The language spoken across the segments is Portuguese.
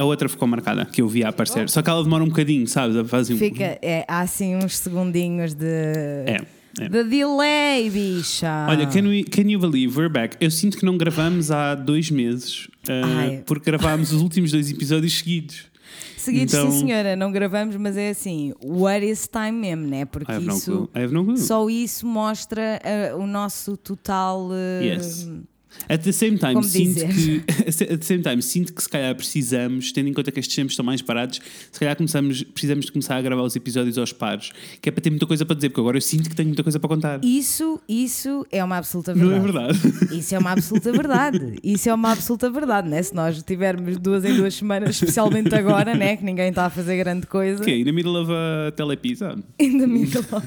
A outra ficou marcada, que eu vi a aparecer. Só que ela demora um bocadinho, sabes? Há assim uns segundinhos de... É. The delay, bicha. Olha, can you believe we're back? Eu sinto que não gravamos há 2 meses, porque gravámos os últimos 2 episódios seguidos. Então... sim senhora, não gravamos, mas é assim, what is time mesmo, né? Porque isso, só isso mostra o nosso total... Yes. At the same time, sinto que se calhar precisamos, tendo em conta que estes tempos estão mais parados, se calhar precisamos de começar a gravar os episódios aos pares, que é para ter muita coisa para dizer, porque agora eu sinto que tenho muita coisa para contar. Isso é uma absoluta verdade. Não é verdade? Isso é uma absoluta verdade. Isso é uma absoluta verdade, né? Se nós tivermos 2 em 2 semanas, especialmente agora, né? Que ninguém está a fazer grande coisa. In the middle of a telepizza? In the middle of...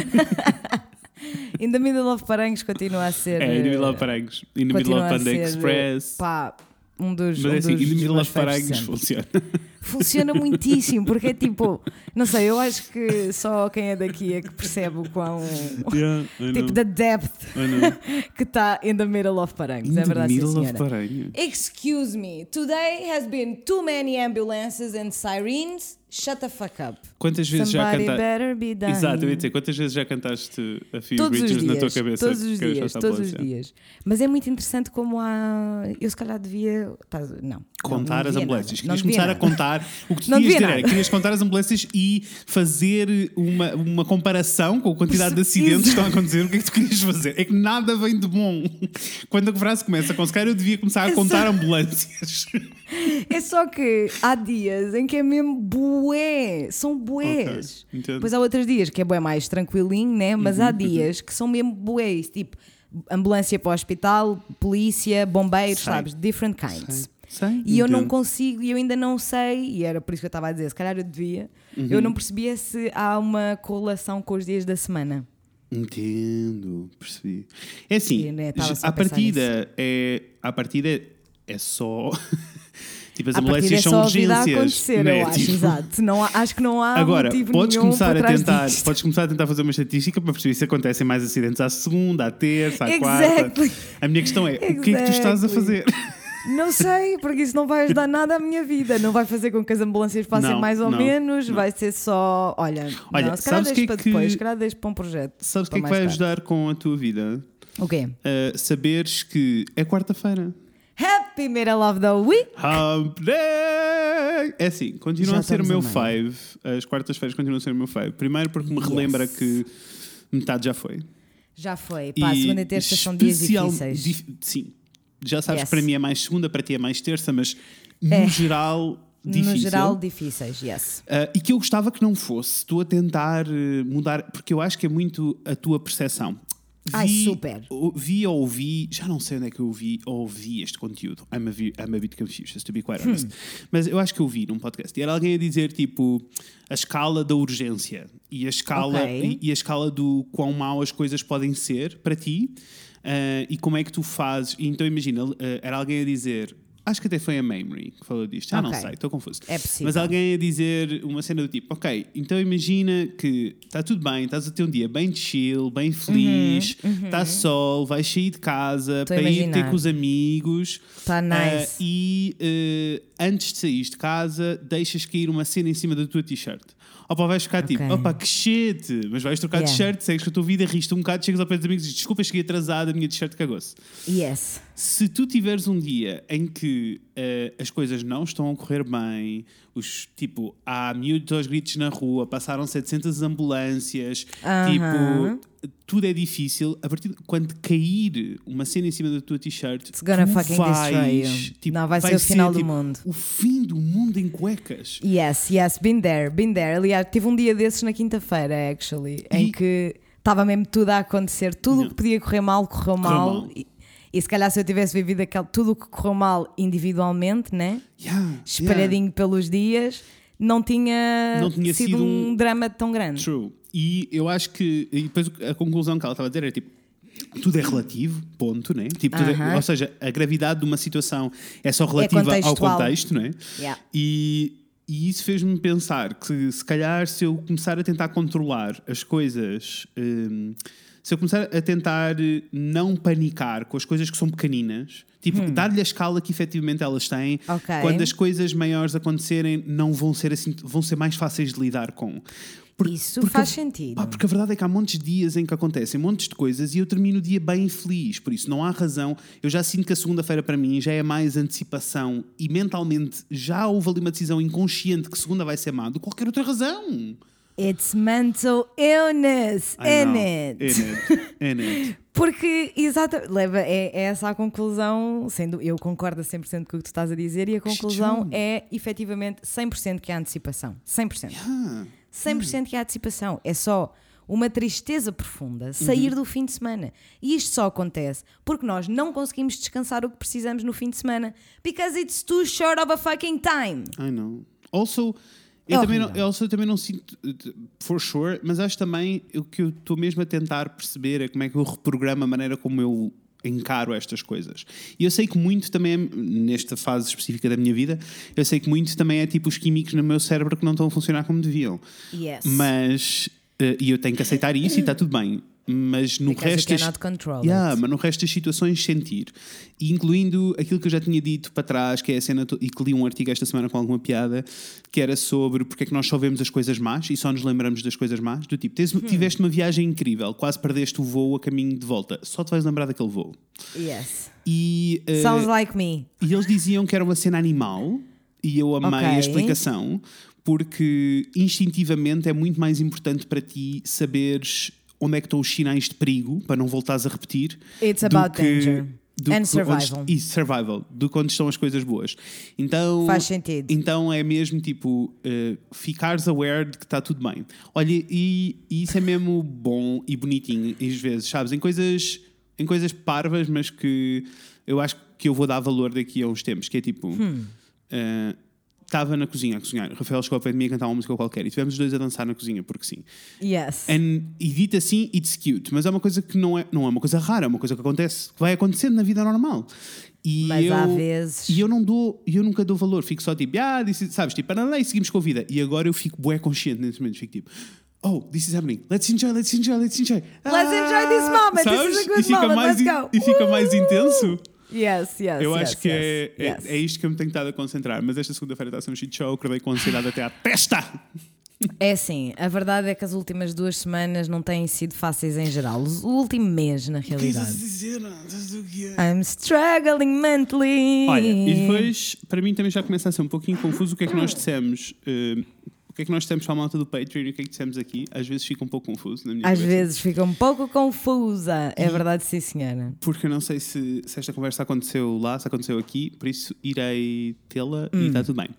In the Middle of Paranhos continua a ser... In the Middle of Paranhos. In the Middle of Panda Express. Pá, um dos... Mas In the Middle of Paranhos funciona. Funciona muitíssimo, porque é tipo... Não sei, eu acho que só quem é daqui é que percebe o quão... tipo, the depth que está in the Middle of Paranhos. É verdade, sim, senhora. Excuse me, today has been too many ambulances and sirens. Shut the fuck up. Quantas vezes já cantaste? Exato, eu ia dizer, quantas vezes já cantaste a Few Bridges na tua cabeça? Todos os dias. Mas é muito interessante como há... Eu se calhar devia... Não. Contar as ambulâncias. Querias começar a contar... O que tu devias dizer era, querias contar as ambulâncias e fazer uma comparação com a quantidade de acidentes que estão a acontecer. O que é que tu querias fazer? É que nada vem de bom. Quando a frase começa com se calhar eu devia começar a contar ambulâncias. É só que há dias em que é mesmo bué, são bués. Okay, depois há outros dias que é bué mais tranquilinho, né? Mas há dias que são mesmo bués, tipo ambulância para o hospital, polícia, bombeiros, sabes? Different kinds. E eu não consigo, e eu ainda não sei, e era por isso que eu estava a dizer, se calhar eu devia, eu não percebia se há uma correlação com os dias da semana. Entendo, percebi. É assim, à partida é só... Tipo, as ambulâncias são urgências. Eu acho, tipo... exato. Acho que não há agora, motivo podes nenhum começar por trás disto. Podes começar a tentar fazer uma estatística para perceber se acontecem mais acidentes à segunda, à terça, à quarta. A minha questão é, o que é que tu estás a fazer? Não sei, porque isso não vai ajudar nada à minha vida. Não vai fazer com que as ambulâncias passem mais ou menos. Vai ser só... Olha se calhar deixo para depois. Se calhar deixo para um projeto. Sabes o que é que vai ajudar com a tua vida? O quê? Saberes que é quarta-feira. Happy Middle of the Week! Hump Day! É assim, continua a ser o meu fave. As quartas-feiras continuam a ser o meu fave. Primeiro porque me relembra que metade já foi. Já foi. Pá, segunda e terça são dias difíceis. Sim. Já sabes que para mim é mais segunda, para ti é mais terça, mas no geral... Difícil. No geral, difíceis, yes. E que eu gostava que não fosse. Estou a tentar mudar, porque eu acho que é muito a tua percepção. Super. Vi ou ouvi, já não sei onde é que eu ouvi este conteúdo. I'm a bit confused, to be quite honest. Mas eu acho que eu vi num podcast. E era alguém a dizer, tipo, a escala da urgência e a escala do quão mal as coisas podem ser para ti e como é que tu fazes. Então imagina, era alguém a dizer... Acho que até foi a Memory que falou disto. Não sei, estou confuso. É possível. Mas alguém a dizer uma cena do tipo, ok, então imagina que está tudo bem, estás a ter um dia bem chill, bem feliz, está sol, vais sair de casa para ir ter com os amigos. Está nice. E antes de sair de casa, deixas cair uma cena em cima da tua t-shirt. Opa, vais ficar tipo, opa, que shit, mas vais trocar de t-shirt, segues com a tua vida, riste um bocado, chegas ao pé dos amigos e dizes, desculpa, cheguei atrasada, a minha t-shirt cagou-se. Yes. Se tu tiveres um dia em que as coisas não estão a correr bem, tipo, há miúdos aos gritos na rua, passaram 700 ambulâncias, tipo, tudo é difícil, a partir de quando cair uma cena em cima da tua t-shirt, it's gonna fucking destroy you. Tipo, não, vai ser o final do mundo. O fim do mundo em cuecas. Yes, been there. Aliás, tive um dia desses na quinta-feira, actually, em que estava mesmo tudo a acontecer, tudo o que podia correr mal, correu mal. E se calhar se eu tivesse vivido tudo o que correu mal individualmente, né? Espalhadinho pelos dias, não tinha sido um drama tão grande. True. E eu acho que... E depois a conclusão que ela estava a dizer era tipo... Tudo é relativo, ponto, né? Tipo, ou seja, a gravidade de uma situação é só relativa ao contexto, né? E isso fez-me pensar que se calhar se eu começar a tentar controlar as coisas... se eu começar a tentar não panicar com as coisas que são pequeninas, Tipo, dar-lhe a escala que efetivamente elas têm. Ok. Quando as coisas maiores acontecerem, não vão ser assim, vão ser mais fáceis de lidar com. Isso faz sentido. Porque a verdade é que há montes de dias em que acontecem montes de coisas e eu termino o dia bem feliz. Por isso, não há razão. Eu já sinto que a segunda-feira para mim já é mais antecipação e mentalmente já houve ali uma decisão inconsciente que segunda vai ser má do que qualquer outra razão. It's mental illness, In it. Porque, exatamente, é essa a conclusão, sendo eu concordo a 100% com o que tu estás a dizer, e a conclusão é, efetivamente, 100% que há antecipação. 100%. 100% que há antecipação. É só uma tristeza profunda sair do fim de semana. E isto só acontece porque nós não conseguimos descansar o que precisamos no fim de semana. Because it's too short of a fucking time. I know. Also... Eu também não sinto, for sure, mas acho também o que eu estou mesmo a tentar perceber é como é que eu reprogramo a maneira como eu encaro estas coisas. E eu sei que muito também, nesta fase específica da minha vida, eu sei que muito também é tipo os químicos no meu cérebro que não estão a funcionar como deviam. Yes. Mas, e eu tenho que aceitar isso e está tudo bem. Mas no resto mas no resto das situações sentir, e incluindo aquilo que eu já tinha dito para trás, que é a cena e que li um artigo esta semana com alguma piada, que era sobre porque é que nós só vemos as coisas más e só nos lembramos das coisas más, do tipo, tiveste uma viagem incrível, quase perdeste o voo a caminho de volta, só te vais lembrar daquele voo. Yes. E, sounds like me. E eles diziam que era uma cena animal e eu amei a explicação, porque instintivamente é muito mais importante para ti saberes onde é que estão os sinais de perigo para não voltares a repetir. It's about danger and survival. Survival, do quando estão as coisas boas. Então, faz sentido. Então é mesmo tipo ficares aware de que está tudo bem. Olha, e isso é mesmo bom e bonitinho às vezes, sabes? Em coisas parvas, mas que eu acho que eu vou dar valor daqui a uns tempos, que é tipo... Estava na cozinha a cozinhar. Rafael chegou ao pé de mim a cantar uma música qualquer e tivemos os dois a dançar na cozinha, porque sim. Yes. E dito assim, it's cute. Mas é uma coisa que não é uma coisa rara, é uma coisa que acontece, que vai acontecendo na vida normal. Mas há vezes... E eu nunca dou valor. Fico só tipo, sabes, tipo, e seguimos com a vida. E agora eu fico bué consciente nesse momento. Fico tipo, oh, this is happening. Let's enjoy. Let's enjoy this moment. Sabes? This is a good moment. Let's go. E fica mais intenso. Yes. Eu acho que é isto que eu me tenho estado a concentrar. Mas esta segunda-feira está a ser um shit show. Acordei com ansiedade até à testa. É assim, a verdade é que as últimas 2 semanas não têm sido fáceis em geral. O último mês, na realidade. I'm struggling mentally. Olha, e depois, para mim também já começa a ser um pouquinho confuso o que é que nós dissemos. O que é que nós dissemos para a malta do Patreon e o que é que dissemos aqui? Às vezes fica um pouco confuso na minha cabeça. Às vezes fica um pouco confusa. É verdade, sim, senhora. Porque eu não sei se esta conversa aconteceu lá, se aconteceu aqui, por isso irei tê-la e está tudo bem.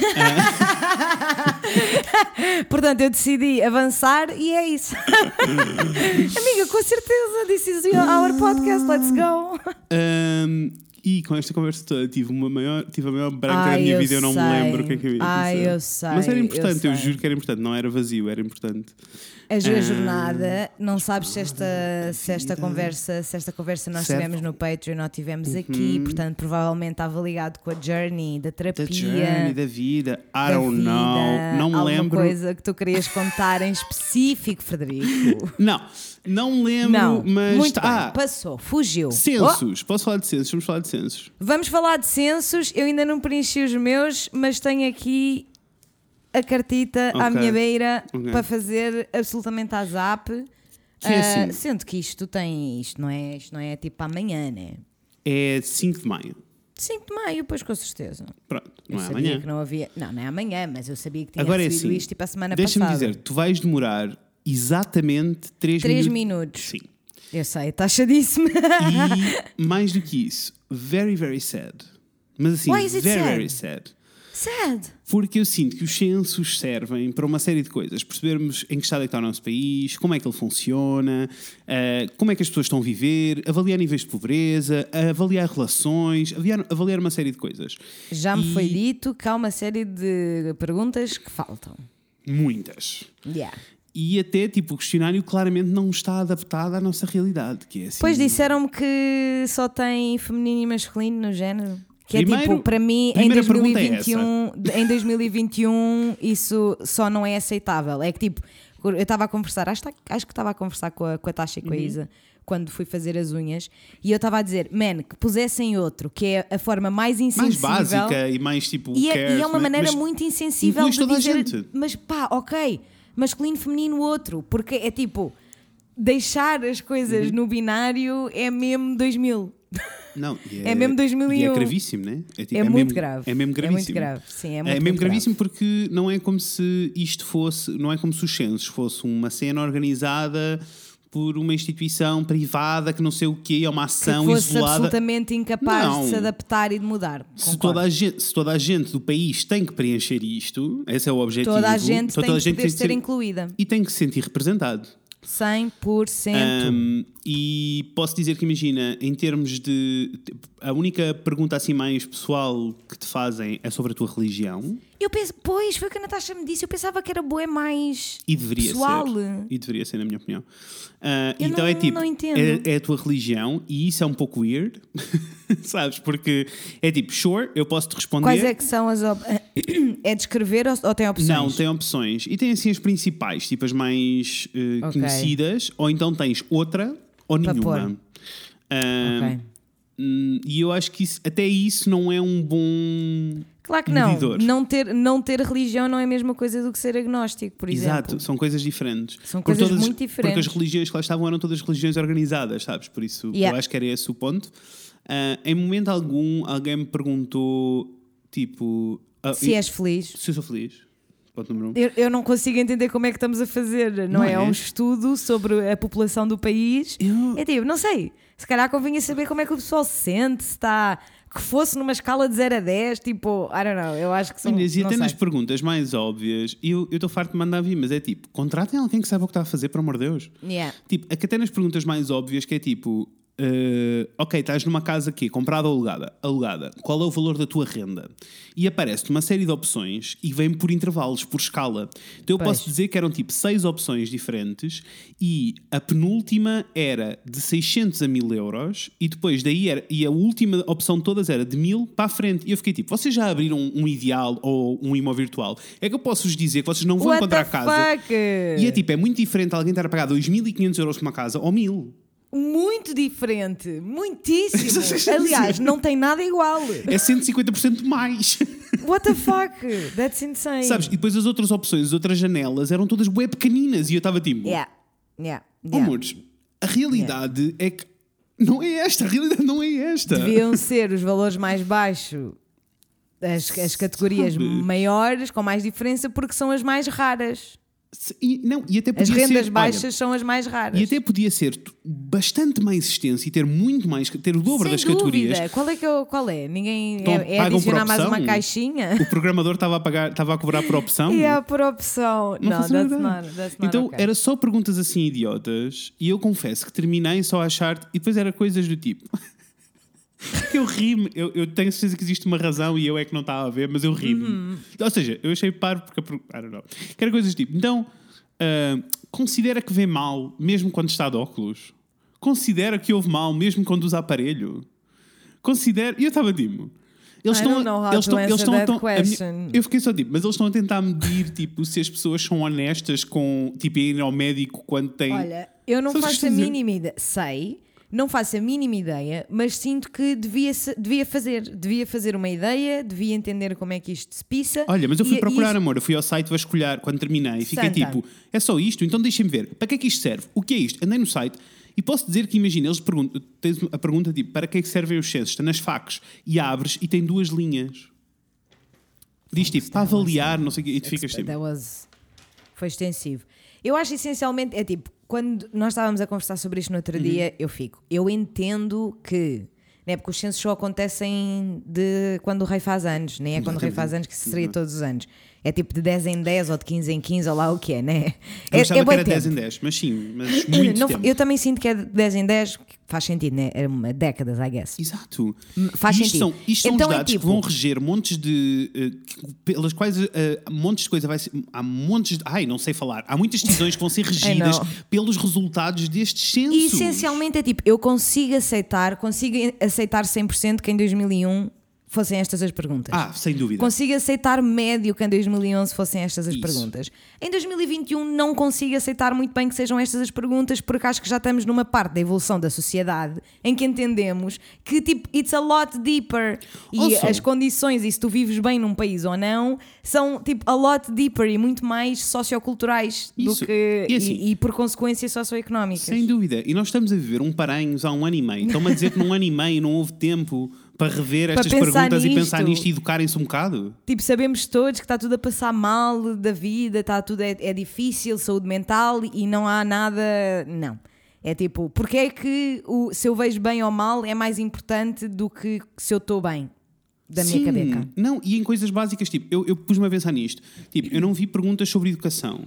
Portanto, eu decidi avançar e é isso. Amiga, com certeza, this is our podcast, let's go. E com esta conversa toda tive a maior branca da minha vida, eu não me lembro o que é que eu ia dizer. Eu sei. Mas era importante, eu juro que era importante, não era vazio, era importante. A jornada, não sabes se esta conversa nós tivemos no Patreon ou tivemos aqui, portanto provavelmente estava ligado com a journey da terapia, da vida, I don't know, não me lembro. Alguma coisa que tu querias contar em específico, Frederico? Não lembro, mas... Muito bem, passou, fugiu. Censos, posso falar de censos? Vamos falar de censos. Vamos falar de censos, eu ainda não preenchi os meus, mas tenho aqui a cartita à minha beira para fazer absolutamente à zap. Assim. Sendo que isto não é tipo amanhã, né? É 5 de maio. 5 de maio, pois com certeza. Pronto, não eu é sabia amanhã. Que não havia. Não é amanhã, mas eu sabia que tinha agora recebido é assim, isto tipo a semana deixa-me passada. dizer, tu vais demorar exatamente 3 minutos. Sim. Eu sei, taxadíssimo. E mais do que isso, very, very sad. Mas assim, very sad. Sad. Porque eu sinto que os censos servem para uma série de coisas. Percebermos em que estado é que está o nosso país, como é que ele funciona, como é que as pessoas estão a viver, avaliar níveis de pobreza, avaliar relações, avaliar uma série de coisas. Já me foi dito que há uma série de perguntas que faltam. Muitas. Yeah. E até, tipo, o questionário claramente não está adaptado à nossa realidade. Que é assim... Pois disseram-me que só tem feminino e masculino no género. Que Primeiro, é tipo, para mim, em 2021 isso só não é aceitável. É que tipo, Eu estava a conversar, acho que estava a conversar com a Tasha e com a Isa quando fui fazer as unhas, e eu estava a dizer, que pusessem outro, que é a forma mais insensível. Mais básica e mais tipo. E é uma maneira muito insensível de toda dizer. A gente. Mas ok, masculino, feminino, outro. Porque é tipo, deixar as coisas no binário é mesmo 2000. Não, é mesmo 2001. E é gravíssimo, né? É muito grave. É mesmo gravíssimo. É muito grave, sim, é muito mesmo gravíssimo porque não é como se isto fosse, não é como se os censos fosse uma cena organizada por uma instituição privada que não sei o quê, é uma ação que fosse isolada. Absolutamente incapaz de se adaptar e de mudar. Se toda a gente do país tem que preencher isto, esse é o objetivo. Toda a gente tem que poder ser incluída. E tem que se sentir representado. 100%. E posso dizer que, imagina, em termos de... A única pergunta assim mais pessoal que te fazem é sobre a tua religião. Eu penso, pois, foi o que a Natasha me disse. Eu pensava que era bué mais e deveria pessoal. E deveria ser, na minha opinião. Então é tipo, não entendo. É a tua religião e isso é um pouco weird. Sabes? Porque é tipo, sure, eu posso te responder. Quais é que são as É descrever ou tem opções? Não, tem opções. E tem assim as principais, tipo as mais conhecidas, ou então tens outra ou nenhuma. E eu acho que até isso não é um bom... Claro que medidor. Não ter religião não é a mesma coisa do que ser agnóstico, por exemplo. Exato, são coisas diferentes. São coisas muito diferentes. Porque as religiões que lá estavam eram todas religiões organizadas, sabes? Por isso, eu acho que era esse o ponto. Em momento algum, alguém me perguntou, tipo... se és feliz. Se eu sou feliz. Ponto número 1. Eu não consigo entender como é que estamos a fazer, não é? É um estudo sobre a população do país. É tipo, não sei, se calhar convinha saber como é que o pessoal se sente, se está... Que fosse numa escala de 0 a 10, tipo, I don't know, eu acho que são... E até nas perguntas mais óbvias, eu estou farto de mandar vir, mas é tipo, contratem alguém que saiba o que está a fazer, pelo amor de Deus. Tipo, até nas perguntas mais óbvias, que é tipo... ok, estás numa casa aqui, comprada ou alugada, qual é o valor da tua renda? E aparece-te uma série de opções e vem por intervalos, por escala. Então eu posso dizer que eram tipo 6 opções diferentes e a penúltima era de 600 a 1000 euros e depois daí e a última opção de todas era de 1000 para a frente. E eu fiquei tipo, vocês já abriram um ideal ou um imóvel virtual? É que eu posso-vos dizer que vocês não vão encontrar casa. E é tipo, é muito diferente alguém estar a pagar 2500 euros por uma casa ou 1000. Muito diferente, muitíssimo. Aliás, não tem nada igual. É 150% mais. What the fuck? That's insane. Sabes? E depois as outras opções, as outras janelas eram todas bué pequeninas e eu estava tipo... Amores, a realidade é que não é esta. A realidade não é esta. Deviam ser os valores mais baixos, as categorias maiores, com mais diferença, porque são as mais raras. E até podia as rendas ser, baixas são as mais raras. E até podia ser bastante mais extensa e ter muito mais, ter o dobro das categorias. Qual é? Ninguém então, é adicionar mais uma caixinha? O programador estava a cobrar por opção? Por opção. Não, that's not então okay. Era só perguntas assim idiotas e eu confesso que terminei só a achar, e depois era coisas do tipo... Eu ri-me, eu tenho certeza que existe uma razão e eu é que não estava a ver, mas eu ri-me. Ou seja, eu achei paro porque I don't know. Que era coisas tipo, então considera que vê mal mesmo quando está de óculos? Considera que ouve mal mesmo quando usa aparelho? Considera, e eu estava tipo, eu fiquei só tipo, mas eles estão a tentar medir tipo, se as pessoas são honestas com tipo, ir ao médico quando têm... Olha, eu não faço a mínima ideia, não faço a mínima ideia, mas sinto que devia fazer uma ideia, devia entender como é que isto se pissa. Olha, mas eu fui procurar, amor, eu fui ao site vasculhar quando terminei e fiquei tipo, é só isto? Então deixem-me ver, para que é que isto serve? O que é isto? Andei no site e posso dizer que, imagina, eles perguntam, tens a pergunta tipo, para que é que servem os censos? Está nas facs e abres e tem 2 linhas. Diz tipo, para avaliar, não sei o quê, e tu ficas tipo... Foi extensivo. Eu acho essencialmente, é tipo, quando nós estávamos a conversar sobre isto no outro dia, eu entendo que, né, porque os censos só acontecem de quando o rei faz anos, nem é quando o rei faz anos que seria todos os anos. É tipo de 10 em 10 ou de 15 em 15 ou lá o que é, né? Eu achava que era 10 em 10, mas sim, mas muito tempo. Eu também sinto que é de 10 em 10, faz sentido, né? Era uma décadas, I guess. Exato. Faz sentido. Isto são então os dados que vão reger montes de... pelas quais montes de coisa vai ser... Há montes de... Ai, não sei falar. Há muitas decisões que vão ser regidas pelos resultados destes censos. E essencialmente é tipo, eu consigo aceitar 100% que em 2001 fossem estas as perguntas. Sem dúvida. Consigo aceitar médio que em 2011 fossem estas as perguntas. Em 2021 não consigo aceitar muito bem que sejam estas as perguntas, porque acho que já estamos numa parte da evolução da sociedade em que entendemos que tipo, it's a lot deeper. E as condições, e se tu vives bem num país ou não, são tipo a lot deeper e muito mais socioculturais do que, e por consequência socioeconómicas. Sem dúvida. E nós estamos a viver um paranhos há 1 ano e meio. Estão-me a dizer que num ano e meio não houve tempo para rever estas perguntas e pensar nisto e educarem-se um bocado? Tipo, sabemos todos que está tudo a passar mal da vida, está tudo é difícil, saúde mental e não há nada... Não. É tipo, porque é que se eu vejo bem ou mal é mais importante do que se eu estou bem? Da minha cabeça. Não, e em coisas básicas, tipo, eu pus-me a pensar nisto. Tipo, eu não vi perguntas sobre educação.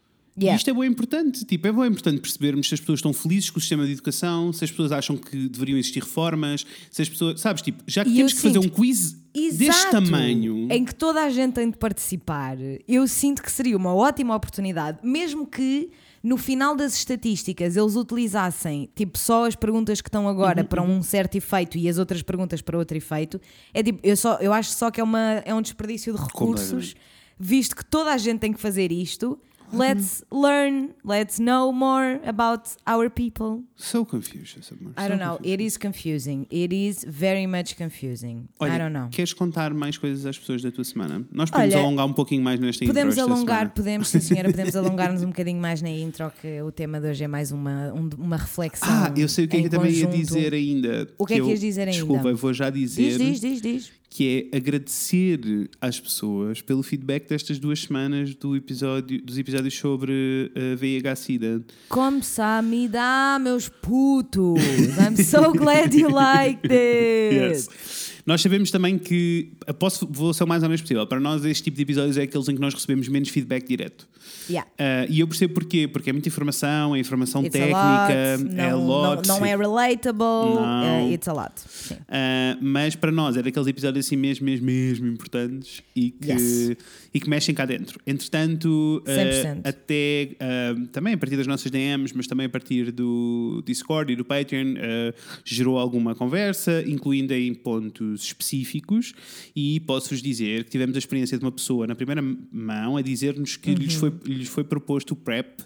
E isto é bem importante, tipo, é bem importante percebermos se as pessoas estão felizes com o sistema de educação, se as pessoas acham que deveriam existir reformas, se as pessoas, sabes, tipo, já que temos que fazer um quiz deste tamanho, em que toda a gente tem de participar, eu sinto que seria uma ótima oportunidade, mesmo que no final das estatísticas eles utilizassem tipo só as perguntas que estão agora para um certo efeito e as outras perguntas para outro efeito. É tipo, eu acho só que é um desperdício de recursos, visto que toda a gente tem que fazer isto. Let's learn, let's know more about our people. So confused, amor. I don't know, it is confusing. It is very much confusing. Olha, I don't know. Queres contar mais coisas às pessoas da tua semana? Nós podemos alongar um pouquinho mais nesta intro. Podemos alongar, podemos, sim senhora, podemos alongar-nos um bocadinho mais na intro, que o tema de hoje é mais uma reflexão. Eu sei o que é que eu também ia dizer ainda. O que é que ias dizer ainda? Desculpa, eu vou já dizer. Diz. Que é agradecer às pessoas pelo feedback destas 2 semanas dos episódios sobre a VIH-Sida. Como me dá, meus putos! I'm so glad you liked it! Yes. Nós sabemos também que, vou ser o mais honesto possível, para nós este tipo de episódios é aqueles em que nós recebemos menos feedback direto. E eu percebo porquê, porque é muita informação, é informação técnica, é a lot. Não é relatable, it's a lot. Mas para nós é daqueles episódios assim mesmo importantes e que mexem cá dentro. Entretanto, até também a partir das nossas DMs, mas também a partir do Discord e do Patreon, gerou alguma conversa, incluindo em pontos específicos, e posso-vos dizer que tivemos a experiência de uma pessoa na primeira mão a dizer-nos que lhes foi proposto o PrEP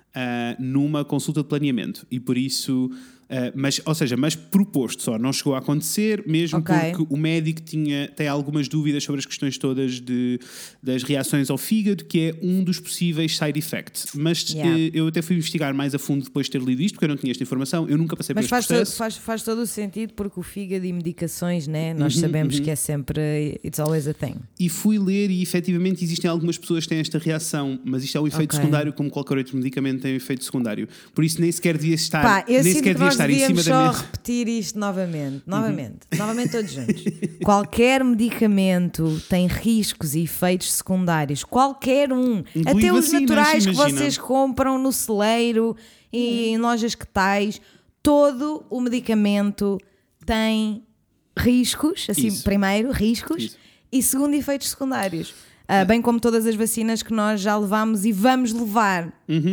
numa consulta de planeamento, e por isso mas proposto só, não chegou a acontecer, mesmo porque o médico tem algumas dúvidas sobre as questões todas das reações ao fígado, que é um dos possíveis side effects. Mas eu até fui investigar mais a fundo depois de ter lido isto, porque eu não tinha esta informação, eu nunca passei por este processo. Mas faz todo o sentido, porque o fígado e medicações, né? Nós sabemos que é sempre, it's always a thing. E fui ler e efetivamente existem algumas pessoas que têm esta reação, mas isto é um efeito secundário, como qualquer outro medicamento tem um efeito secundário. Por isso nem sequer devia estar, devíamos só repetir isto novamente todos juntos. Qualquer medicamento tem riscos e efeitos secundários, qualquer um, até os naturais que vocês compram no celeiro e em lojas que tais, todo o medicamento tem riscos, assim, primeiro riscos e segundo efeitos secundários. Bem como todas as vacinas que nós já levámos e vamos levar.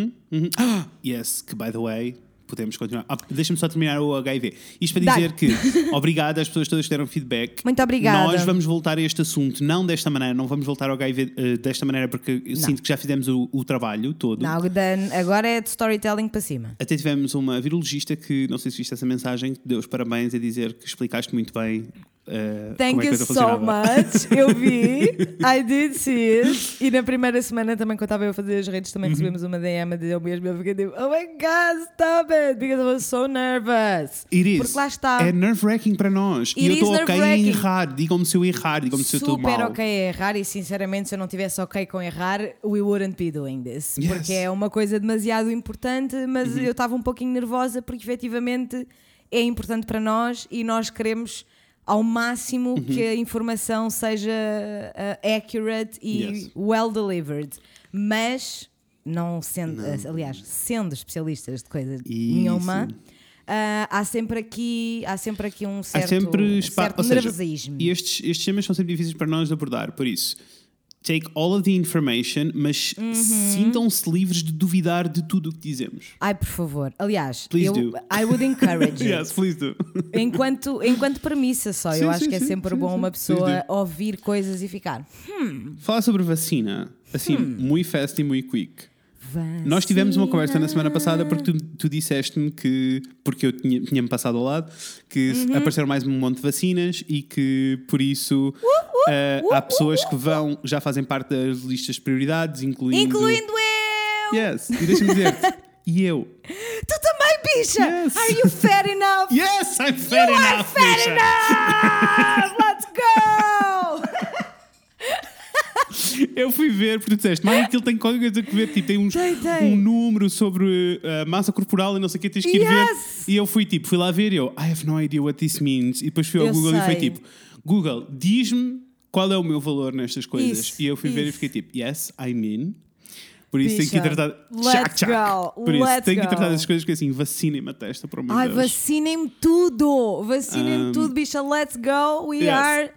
Yes, que by the way, podemos continuar. Deixa-me só terminar o HIV. Isto para dizer que obrigado às pessoas todas que deram feedback. Muito obrigada. Nós vamos voltar a este assunto, não desta maneira, não vamos voltar ao HIV desta maneira, porque eu sinto que já fizemos o trabalho todo. Não, agora é de storytelling para cima. Até tivemos uma virologista que, não sei se viste essa mensagem, que deu os parabéns a dizer que explicaste muito bem. Thank you so much. Eu vi, I did see it. E na primeira semana também, quando estava eu a fazer as redes, também recebemos uma DM a dizer o mesmo. Eu fiquei tipo, oh my god, stop it, because I was so nervous. It is. Porque lá está. É nerve-wracking para nós. E eu estou ok em errar. Digam-me se eu errar, digam-me se eu estou mal. Super ok a errar, e sinceramente, se eu não estivesse ok com errar, we wouldn't be doing this. Porque é uma coisa demasiado importante, mas eu estava um pouquinho nervosa porque efetivamente é importante para nós e nós queremos ao máximo que a informação seja accurate e well delivered, mas não sendo, aliás, sendo especialistas de coisa nenhuma, há sempre aqui um certo nervosismo. E estes temas são sempre difíceis para nós de abordar, por isso take all of the information, mas sintam-se livres de duvidar de tudo o que dizemos. Ai, por favor. Aliás, Please do. I would encourage it. Yes, please do. Enquanto premissa só. Sim, eu acho sim, que é sim, sempre sim, bom sim. uma Please pessoa do. ouvir coisas e ficar. Falar sobre vacina, assim, muito fast e muito quick. Nós tivemos uma conversa na semana passada porque tu disseste-me que, porque eu tinha-me passado ao lado, que apareceram mais um monte de vacinas e que por isso há pessoas que já fazem parte das listas de prioridades, incluindo eu! Yes, e deixa-me dizer-te, e eu. Tu também, bicha! Yes. Are you fat enough? Yes, I'm fat You are enough, fat bicha. enough! Let's go! Eu fui ver, porque tu disseste, mas aquilo tem qualquer coisa a ver, tipo, tem um número sobre massa corporal e não sei o que, tens que ir ver. E eu fui lá ver e eu, I have no idea what this means. E depois fui ao Google e foi tipo, Google, diz-me qual é o meu valor nestas coisas. Isso, e eu fui ver e fiquei tipo, yes, I'm in. Por isso tenho que ir tratar. Let's go. Por isso Let's tenho que ir go. tratar dessas coisas que assim, vacinem-me a testa, por amor de Ai, Deus. vacinem-me tudo! Vacinem-me tudo, bicha. Let's go! We Yes. are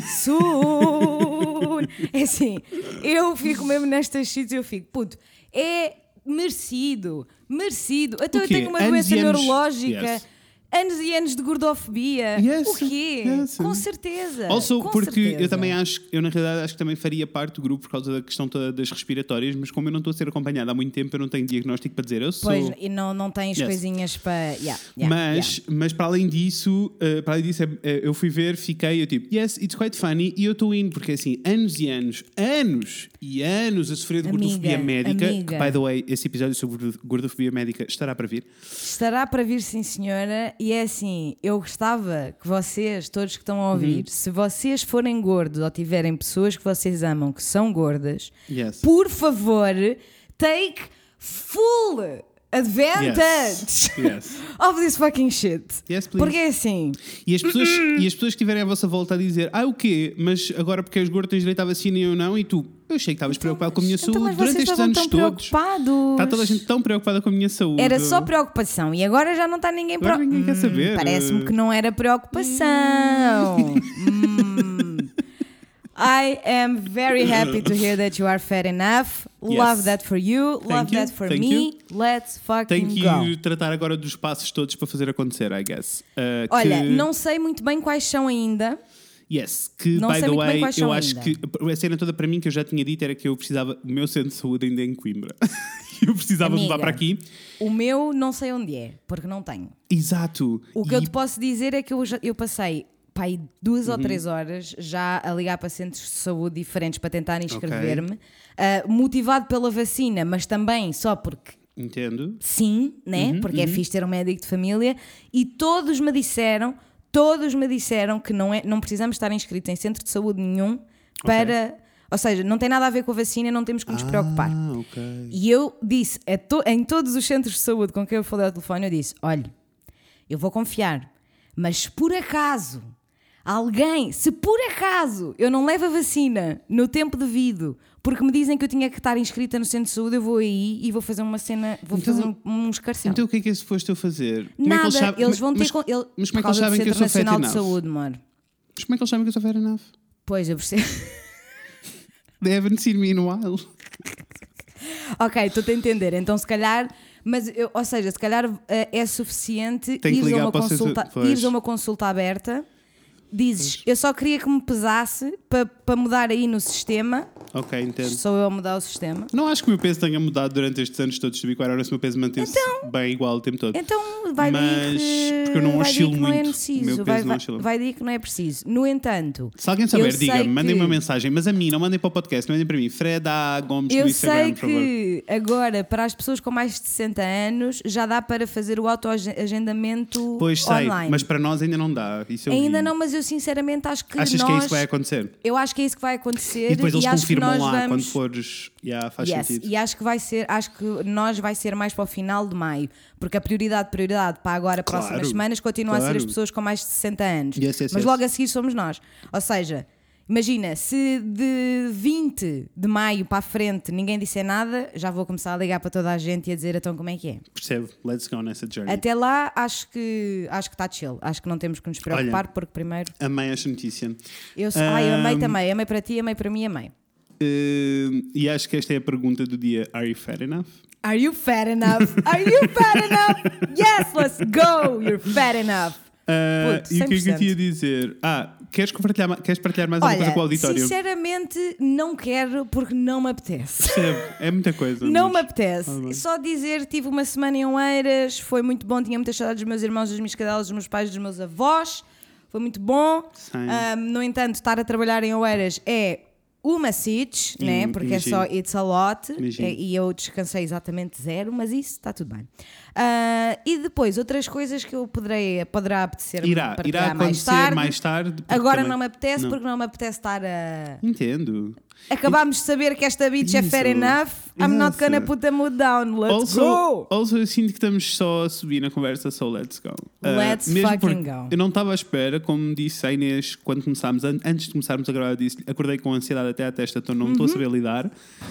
soon! É assim, eu fico mesmo nestas shits e eu fico, puto, é merecido. Merecido. Então eu quê? tenho uma Anos doença e anos? neurológica. Yes. Anos e anos de gordofobia. Yes, O quê? yes. Com certeza. Also, com porque certeza. eu também acho, eu na realidade acho que também faria parte do grupo por causa da questão toda das respiratórias, mas como eu não estou a ser acompanhada há muito tempo, eu não tenho diagnóstico para dizer. Eu sou. Pois, e não tens Yes. coisinhas para. Mas para além disso, eu fui ver, fiquei, eu tipo, yes, it's quite funny, e eu estou indo, porque assim, anos e anos a sofrer de gordofobia médica, que, by the way, esse episódio sobre gordofobia médica estará para vir. Estará para vir, sim, senhora. E é assim, eu gostava que vocês, todos que estão a ouvir, se vocês forem gordos ou tiverem pessoas que vocês amam que são gordas, Yes. por favor, take full advantage Yes. of this fucking shit. Yes, please. Porque é assim, E as pessoas que estiverem à vossa volta a dizer, o quê? Mas agora porque és gordo tens direito à vacina e eu não, e tu, eu achei que estavas preocupado com a minha saúde mas durante vocês estes estavam anos tão todos. preocupados. Está toda a gente tão preocupada com a minha saúde. Era só preocupação e agora já não está ninguém Agora ninguém quer saber. Parece-me que não era preocupação. I am very happy to hear that you are fat enough. Yes. Love that for you. Love you, that for thank me. you. Let's fucking Tenho que go. ir tratar agora dos passos todos para fazer acontecer, I guess. Olha, não sei muito bem quais são ainda. Yes, que Não by sei the muito bem way, quais eu são acho ainda. que a cena toda para mim que eu já tinha dito era que eu precisava, o meu centro de saúde ainda é em Coimbra. Eu precisava Amiga, levar para aqui. O meu não sei onde é, porque não tenho. Exato. O que eu te posso dizer é que eu passei pai, 2 ou 3 horas já a ligar para centros de saúde diferentes para tentar inscrever-me, motivado pela vacina, mas também só porque Entendo. sim, né? Porque é fixe ter um médico de família, e todos me disseram que não precisamos estar inscritos em centro de saúde nenhum para... Ou seja, não tem nada a ver com a vacina, não temos que nos preocupar. Okay. E eu disse, em todos os centros de saúde com quem eu falei ao telefone, eu disse, olha, eu vou confiar, mas se por acaso eu não levo a vacina no tempo devido, porque me dizem que eu tinha que estar inscrita no centro de saúde, eu vou aí e vou fazer uma cena, fazer um escarcel. Então o que é suposto eu fazer? Nada, eles vão ter... Mas como é que eles sabem que eu sou fat Nacional de enough? Saúde, amor. Mas como é que eles sabem que eu sou fat enough? Pois, eu percebo. They haven't seen me in a while. Ok, estou-te a entender. Então, se calhar, ou seja, se calhar é suficiente Tenho que ires ligar a uma para consulta aberta, dizes, eu só queria que me pesasse para mudar aí no sistema. Ok, entendo. Sou eu a mudar o sistema. Não acho que o meu peso tenha mudado durante estes anos todos, se o meu peso manteve-se bem igual o tempo todo. Então vai Mas, daí que, porque eu não oscilo não é muito. preciso. O meu peso não oscila. Vai daí que não é preciso. No entanto, Se alguém souber, eu sei diga-me, mandem que- uma mensagem, mas a mim, não mandem para o podcast, mandem para mim, Fred A. Gomes no eu Instagram, sei por favor. que agora, para as pessoas com mais de 60 anos, já dá para fazer o autoagendamento Pois sei, online. mas para nós ainda não dá. Isso eu Ainda vi. não, mas eu sinceramente acho que Achas nós... que é isso que vai acontecer? Eu acho que é isso que vai acontecer. E depois eles acho que confirmam nós lá vamos... quando fores. Faz sentido. E acho que nós vai ser mais para o final de maio, porque a prioridade para agora, próximas Claro, semanas, continua a ser claro. as pessoas com mais de 60 anos. Yes, Mas yes. logo a seguir somos nós. Ou seja, imagina, se de 20 de maio para a frente ninguém disser nada, já vou começar a ligar para toda a gente e a dizer então como é que é. Percebo, let's go nessa journey. Até lá acho que está chill. Acho que não temos que nos preocupar, porque primeiro Amei esta notícia. eu amei também, amei para ti, amei para mim, amei. E acho que esta é a pergunta do dia. Are you fat enough? Are you fat enough? Are you fat enough? Yes, let's go! You're fat enough. Puto, e o que é que eu 100%. te ia dizer? Queres partilhar mais alguma coisa com o auditório? Sinceramente, não quero porque não me apetece. Percebo, é muita coisa. Não me apetece. Só dizer, tive uma semana em Oeiras, foi muito bom, tinha muitas saudades dos meus irmãos, das minhas cadelas, dos meus pais, dos meus avós. Foi muito bom. No entanto, estar a trabalhar em Oeiras é uma sitch, né? Porque imagino. é só it's a lot. Imagino. E eu descansei exatamente 0, mas isso está tudo bem. E depois, outras coisas que eu poderá apetecer-me Irá partilhar acontecer mais tarde. Agora também... não me apetece, porque não me apetece estar a... Entendo. Acabámos de saber que esta bitch é fair enough. I'm not gonna put the mood down. Let's go! Also, eu sinto que estamos só a subir na conversa, so let's go. Let's fucking go. Eu não estava à espera, como disse a Inês quando começámos, antes de começarmos a gravar, eu disse, acordei com ansiedade até à testa, então não estou a saber lidar.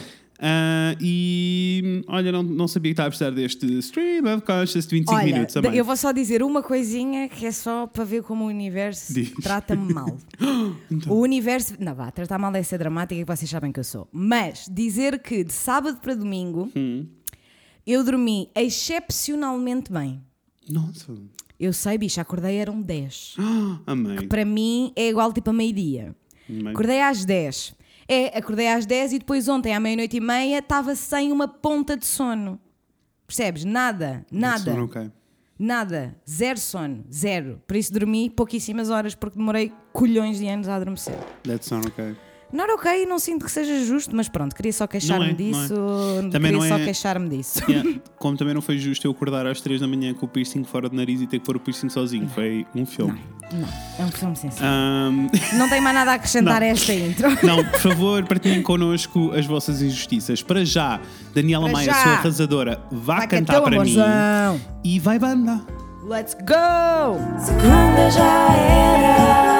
E olha, não sabia que estava a precisar deste Stream of Conscious de 25 minutos também. Eu vou só dizer uma coisinha que é só para ver como o universo trata-me mal. Então. O universo, não vá, tratar mal é ser dramática, que vocês sabem que eu sou. Mas dizer que de sábado para domingo eu dormi excepcionalmente bem. Nossa. Eu sei, bicho, acordei eram 10. Amém. Que para mim é igual tipo a meio-dia. Amém. Acordei às 10. Acordei às 10 e depois ontem à 00:30 estava sem uma ponta de sono. Percebes? Nada. Sono, okay. Nada. Zero sono. Zero. Por isso dormi pouquíssimas horas porque demorei colhões de anos a adormecer. That's not okay. Not ok, não sinto que seja justo, mas pronto, queria só queixar-me disso. Queixar-me disso. Yeah. Como também não foi justo eu acordar às 3 da manhã com o piercing fora do nariz e ter que pôr o piercing sozinho. Foi um filme. Não, é um filme sincero. Não tenho mais nada a acrescentar a esta intro. Não, por favor, partilhem connosco as vossas injustiças. Para já, Daniela Maia, sua arrasadora, vai cantar para mim. E vai banda. Let's go! Segunda já era.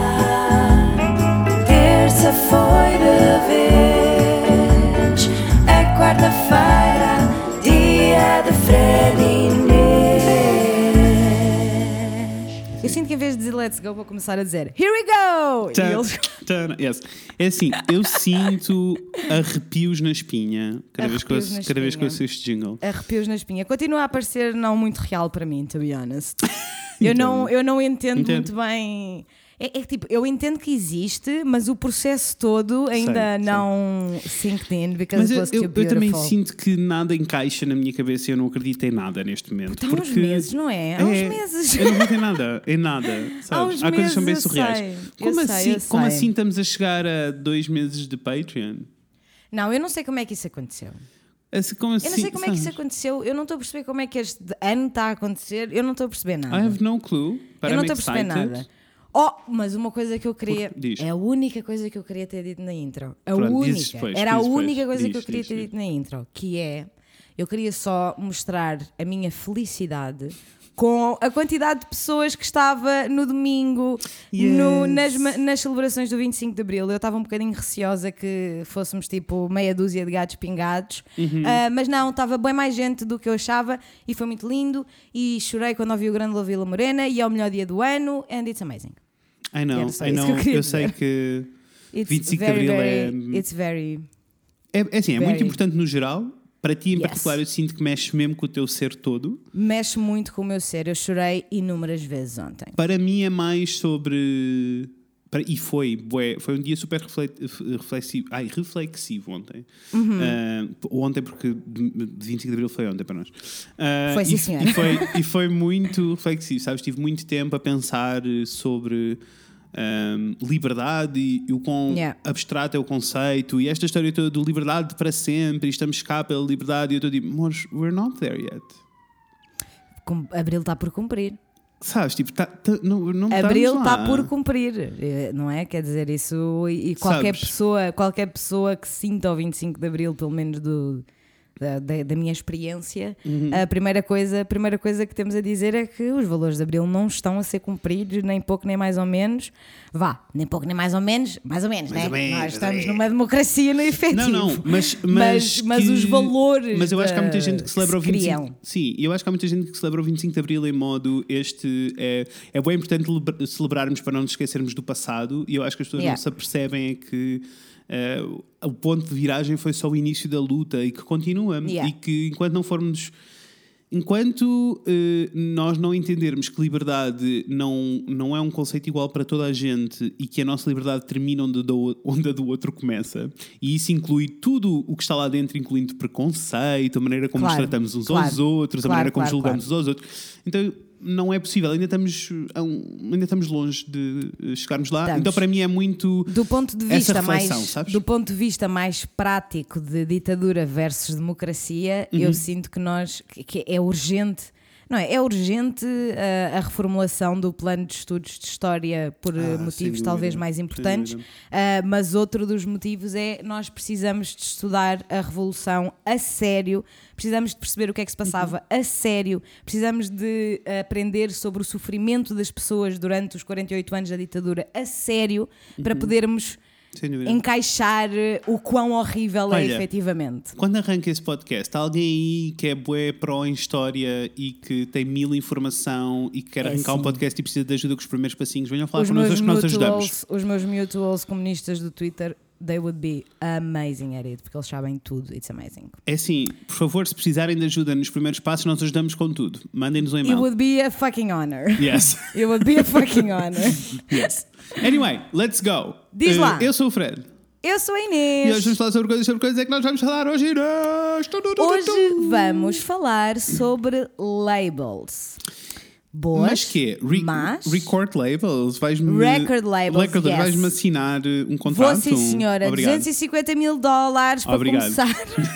Terça foi de vez. É quarta-feira, dia de Fred e Inês. Eu sinto que em vez de dizer let's go, vou começar a dizer here we go! E eles... Yes. É assim, eu sinto arrepios na espinha cada vez que eu ouço este jingle. Arrepios na espinha. Continua a parecer não muito real para mim, to be honest. Eu não entendo muito bem... É que tipo, eu entendo que existe, mas o processo todo ainda não synced in because it was too beautiful. Eu também sinto que nada encaixa na minha cabeça e eu não acredito em nada neste momento. Há uns meses, não é? Há uns meses. Eu não acredito em nada, sabes? Há coisas que são bem surreais. Como assim estamos a chegar a 2 meses de Patreon? Não, eu não sei como é que isso aconteceu. Como assim, eu não sei como é que isso aconteceu. Eu não estou a perceber como é que este ano está a acontecer. Eu não estou a perceber nada. I have no clue. Eu não estou a perceber nada. Mas uma coisa que eu queria... É a única coisa que eu queria ter dito na intro. Era a única coisa que eu queria ter dito na intro. Que é... Eu queria só mostrar a minha felicidade com a quantidade de pessoas que estava no domingo nas celebrações do 25 de Abril. Eu estava um bocadinho receosa que fôssemos tipo meia dúzia de gatos pingados, mas não, estava bem mais gente do que eu achava e foi muito lindo e chorei quando ouvi o Grande Vila Morena e é o melhor dia do ano and it's amazing. I know. Eu sei que 25 de Abril é muito importante no geral. Para ti em particular eu sinto que mexe mesmo com o teu ser todo. Mexe muito com o meu ser. Eu chorei inúmeras vezes ontem. Para mim é mais sobre... E foi um dia super reflexivo ontem. Ontem, porque 25 de Abril foi ontem para nós. Foi sim, senhora. E foi muito reflexivo, sabes? Tive muito tempo a pensar sobre... liberdade e o quão abstrato é o conceito e esta história toda de liberdade para sempre e estamos cá pela liberdade e eu estou tipo, mas we're not there yet. Abril está por cumprir. Sabes, tipo, não Abril está por cumprir, não é? Quer dizer, isso e qualquer pessoa que sinta o 25 de Abril, pelo menos da minha experiência, a primeira coisa que temos a dizer é que os valores de Abril não estão a ser cumpridos, nem pouco nem mais ou menos. Nem pouco nem mais ou menos, né? Nós estamos numa democracia no efetivo. Não, mas os valores. Mas eu acho que há muita gente que celebra o 25. Sim, eu acho que há muita gente que celebra o 25 de Abril em modo é bem importante celebrarmos para não nos esquecermos do passado, e eu acho que as pessoas não se apercebem que o ponto de viragem foi só o início da luta e que continua. Yeah. E que enquanto nós não entendermos que liberdade não é um conceito igual para toda a gente e que a nossa liberdade termina onde a do outro começa, e isso inclui tudo o que está lá dentro, incluindo preconceito, a maneira como nos tratamos uns aos outros, a maneira como julgamos uns aos outros. Então não é possível, ainda estamos longe de chegarmos lá. Então para mim é muito do ponto de essa vista reflexão, mais, sabes? do ponto de vista mais prático de ditadura versus democracia, eu sinto que é urgente. Não é? É urgente a reformulação do plano de estudos de história por motivos talvez mais importantes, mas outro dos motivos é nós precisamos de estudar a Revolução a sério, precisamos de perceber o que é que se passava a sério, precisamos de aprender sobre o sofrimento das pessoas durante os 48 anos da ditadura a sério, para podermos encaixar o quão horrível é efetivamente. Quando arranca esse podcast, há alguém aí que é bué pró em história e que tem 1000 informação e que quer arrancar um podcast e precisa de ajuda com os primeiros passinhos, venham falar connosco que nós ajudamos. Os meus mutuals comunistas do Twitter, they would be amazing at it, porque eles sabem tudo, it's amazing. É assim, por favor, se precisarem de ajuda nos primeiros passos, nós ajudamos com tudo. Mandem-nos um It e-mail. would be a fucking honor. Yes. It would be a fucking honor. Yes. Anyway, let's go. Diz lá. Eu sou o Fred. Eu sou a E Inês. hoje vamos falar sobre coisas é que nós vamos falar hoje, Inês. Hoje vamos falar sobre labels. Boas, Mas que mas record labels? Record labels, yes. Vais-me assinar um contrato? Vou sim, senhora. Obrigado. $250 mil para Obrigado. começar.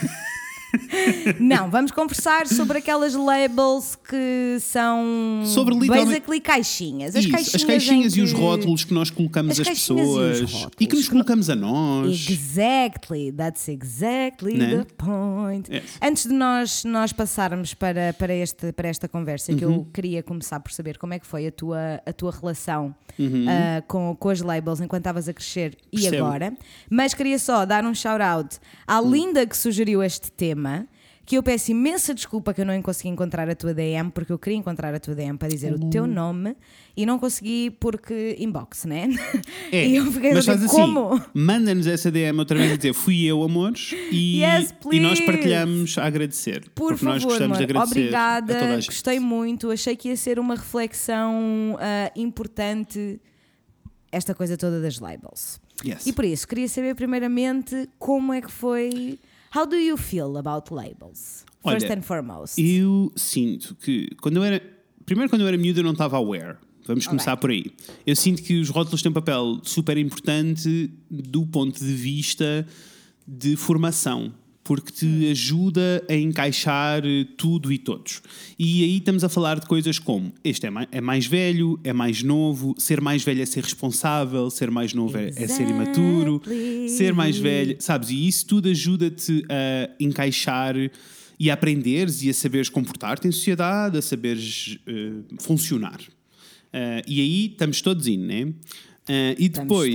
Não, vamos conversar sobre aquelas labels que são sobre basically caixinhas. As caixinhas e os rótulos que nós colocamos às pessoas e que nos colocamos a nós. Exactly, that's exactly the point. Yes. Antes de nós passarmos para esta conversa, que eu queria começar por saber como é que foi a tua relação com as labels enquanto estavas a crescer e agora. Mas queria só dar um shout-out à Linda que sugeriu este tema, que eu peço imensa desculpa que eu não consegui encontrar a tua DM, porque eu queria encontrar a tua DM para dizer o teu nome e não consegui porque inbox, né? E eu fiquei mas faz assim, como? Manda-nos essa DM outra vez a dizer fui eu, amores, e nós partilhamos a agradecer. Por porque favor, nós gostamos de agradecer obrigada, a toda a gente. Gostei muito, achei que ia ser uma reflexão importante, esta coisa toda das labels. Yes. E por isso, queria saber primeiramente como é que foi. How do you feel about labels? First Olha, and foremost. Eu sinto que quando eu era miúdo eu não estava aware. Vamos começar por aí. Eu sinto que os rótulos têm um papel super importante do ponto de vista de formação, porque te ajuda a encaixar tudo e todos. E aí estamos a falar de coisas como este é mais velho, é mais novo, ser mais velho é ser responsável, ser mais novo é ser imaturo, ser mais velho, sabes? E isso tudo ajuda-te a encaixar e a aprenderes e a saberes comportar-te em sociedade, a saberes funcionar. E aí estamos todos indo, não é? E depois,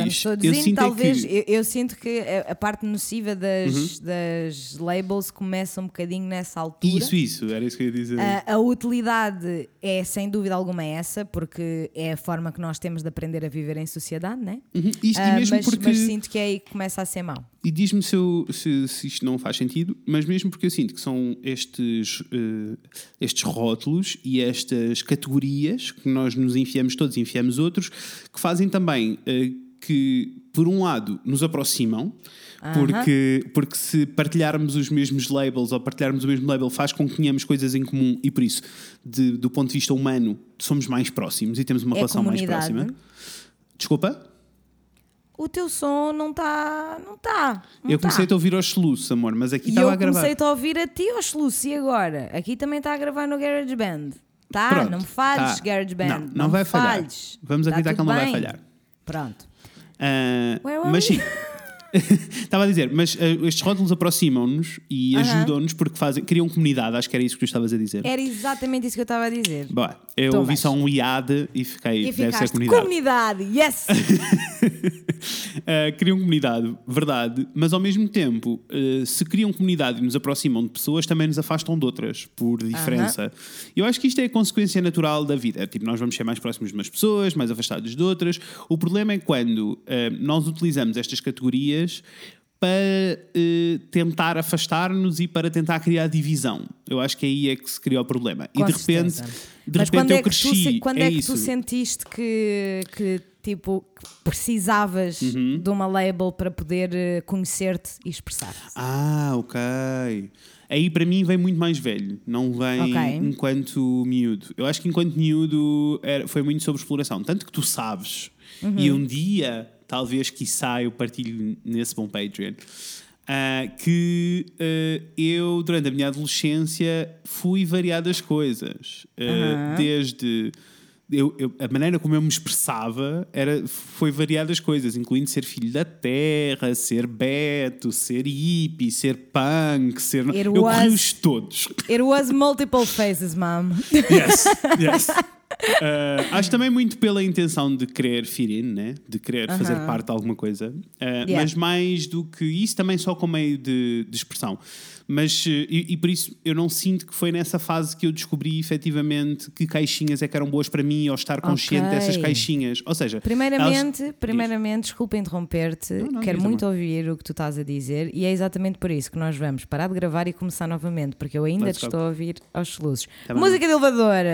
eu sinto que a parte nociva das labels começa um bocadinho nessa altura. Isso, era isso que eu ia dizer. A utilidade é sem dúvida alguma essa, porque é a forma que nós temos de aprender a viver em sociedade, não é? Mas sinto que é aí que começa a ser mau. E diz-me se isto não faz sentido, mas mesmo porque eu sinto que são estes rótulos e estas categorias que nós nos enfiamos todos e enfiamos outros, que fazem também que, por um lado, nos aproximam, porque se partilharmos os mesmos labels ou partilharmos o mesmo label faz com que tenhamos coisas em comum e por isso, do ponto de vista humano, somos mais próximos e temos uma relação mais próxima. Desculpa? O teu som não está. Eu comecei a ouvir aos soluços, amor, mas aqui estava a gravar. E eu comecei a ouvir a ti aos soluços e agora? Aqui também está a gravar no GarageBand. Tá? Pronto, não me falhes, GarageBand. Não vai falhar. Falhes. Vamos acreditar que ele não vai falhar. Pronto. Mas sim. Estava a dizer, mas estes rótulos aproximam-nos e ajudam-nos porque criam comunidade. Acho que era isso que tu estavas a dizer. Era exatamente isso que eu estava a dizer. Bom, eu ouvi só um IAD e fiquei. Deve ser comunidade. Comunidade, yes! Criam comunidade, verdade, mas ao mesmo tempo, se criam comunidade e nos aproximam de pessoas, também nos afastam de outras, por diferença. Eu acho que isto é a consequência natural da vida. Tipo, nós vamos ser mais próximos de umas pessoas, mais afastados de outras. O problema é quando nós utilizamos estas categorias para tentar afastar-nos e para tentar criar divisão. Eu acho que aí é que se criou o problema. Com e de repente, certeza. Mas repente eu cresci. Quando é que tu sentiste que tipo, precisavas de uma label para poder conhecer-te e expressar-te? Ok. Aí para mim vem muito mais velho, não vem enquanto miúdo. Eu acho que enquanto miúdo foi muito sobre exploração. Tanto que tu sabes, e um dia, talvez quiçá eu partilho nesse bom Patreon, que eu, durante a minha adolescência, fui variadas coisas. Desde... a maneira como eu me expressava foi variadas coisas, incluindo ser filho da terra, ser beto, ser hippie, ser punk, ser... Eu corri-os todos. It was multiple phases, mom. Yes. Acho também muito pela intenção de querer fit in, né? De querer fazer parte de alguma coisa, mas mais do que isso, também só como meio de expressão. Mas, e por isso eu não sinto que foi nessa fase que eu descobri efetivamente que caixinhas é que eram boas para mim, ou estar consciente dessas caixinhas. Ou seja, primeiramente, desculpa interromper-te, quero muito ouvir o que tu estás a dizer, e é exatamente por isso que nós vamos parar de gravar e começar novamente, porque eu ainda te estou a ouvir aos soluços. Música de elevador!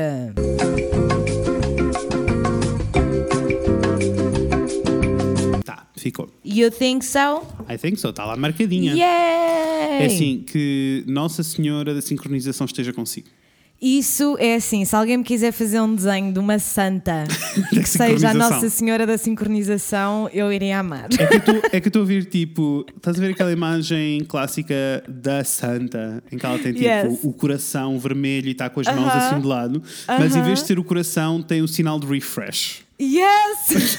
Ficou. You think so? I think so, está lá marcadinha. Yay! É assim, que Nossa Senhora da Sincronização esteja consigo. Isso é assim, se alguém me quiser fazer um desenho de uma santa que seja a Nossa Senhora da Sincronização, eu iria amar. É que eu estou a ouvir, tipo, estás a ver aquela imagem clássica da santa, em que ela tem tipo o coração vermelho e está com as mãos assim de lado, mas em vez de ser o coração tem o sinal de refresh. Yes!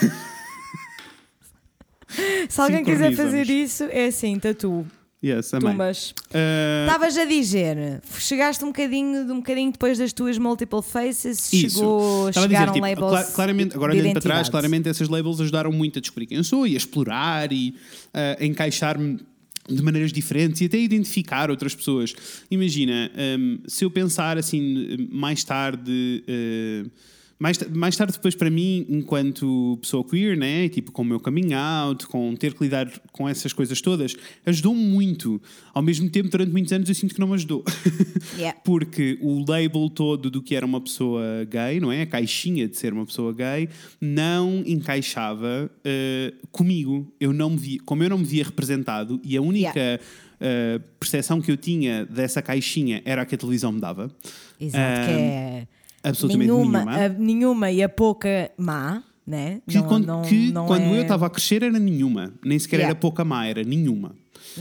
Se alguém quiser fazer isso, é assim, tatu. Yes, amém. Tumbas. Estavas a dizer, chegaste um bocadinho depois das tuas multiple faces, chegaram tipo, labels. Claramente, agora olhando para trás, claramente essas labels ajudaram muito a descobrir quem eu sou e a explorar e a encaixar-me de maneiras diferentes e até identificar outras pessoas. Imagina, se eu pensar assim mais tarde depois para mim, enquanto pessoa queer, né? Tipo, com o meu coming out, com ter que lidar com essas coisas todas, ajudou-me muito. Ao mesmo tempo, durante muitos anos eu sinto que não me ajudou. Porque o label todo do que era uma pessoa gay, não é? A caixinha de ser uma pessoa gay, não encaixava comigo. Como eu não me via representado, e a única percepção que eu tinha dessa caixinha era a que a televisão me dava. Exato, que é... Absolutamente nenhuma e a pouca má, né? Quando eu estava a crescer era nenhuma, nem sequer era pouca má, era nenhuma.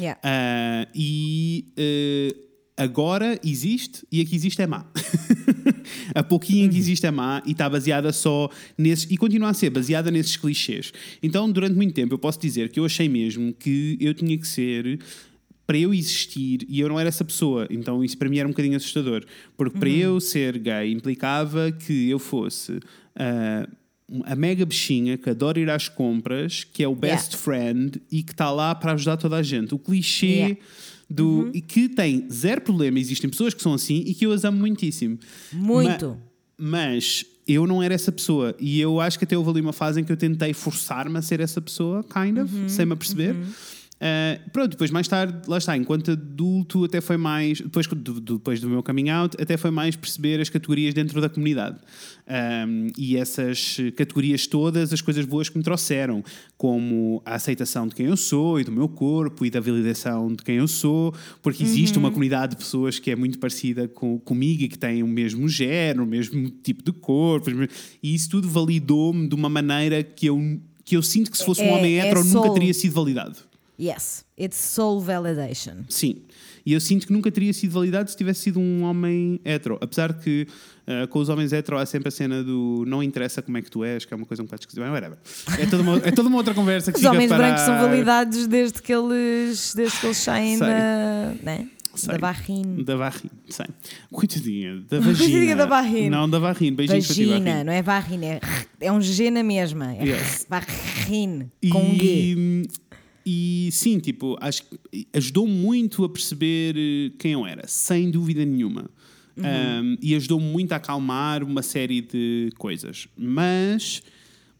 Agora existe e a que existe é má. A pouquinha que existe é má e está baseada só nesses, e continua a ser baseada nesses clichês. Então, durante muito tempo, eu posso dizer que eu achei mesmo que eu tinha que ser... Para eu existir, e eu não era essa pessoa, então isso para mim era um bocadinho assustador, porque para eu ser gay implicava que eu fosse a mega bichinha que adora ir às compras, que é o best friend e que está lá para ajudar toda a gente. O clichê e que tem zero problema, existem pessoas que são assim e que eu as amo muitíssimo. Muito. Mas eu não era essa pessoa, e eu acho que até houve ali uma fase em que eu tentei forçar-me a ser essa pessoa, sem-me aperceber. Pronto, depois mais tarde, lá está, enquanto adulto até foi mais, depois do meu coming out, até foi mais perceber as categorias dentro da comunidade, e essas categorias todas, as coisas boas que me trouxeram, como a aceitação de quem eu sou e do meu corpo e da validação de quem eu sou, porque existe uma comunidade de pessoas que é muito parecida comigo e que tem o mesmo género, o mesmo tipo de corpo, e isso tudo validou-me de uma maneira que eu sinto que se fosse um homem hétero nunca teria sido validado. Yes, it's soul validation. Sim, e eu sinto que nunca teria sido validado se tivesse sido um homem hetero. Apesar que com os homens hetero há sempre a cena do não interessa como é que tu és, que é uma coisa um bocado esquisita. É toda uma outra conversa que os homens brancos são validados desde que eles saem da barrine. Da barrine, sei. Coitadinha, da vagina. Coitadinha da barrine. Não, da barrine. Beijinhos para ti, vagina, não é barrine, é um G na mesma. É barrine, com um G. E sim, tipo, acho que ajudou muito a perceber quem eu era, sem dúvida nenhuma. E ajudou-me muito a acalmar uma série de coisas. Mas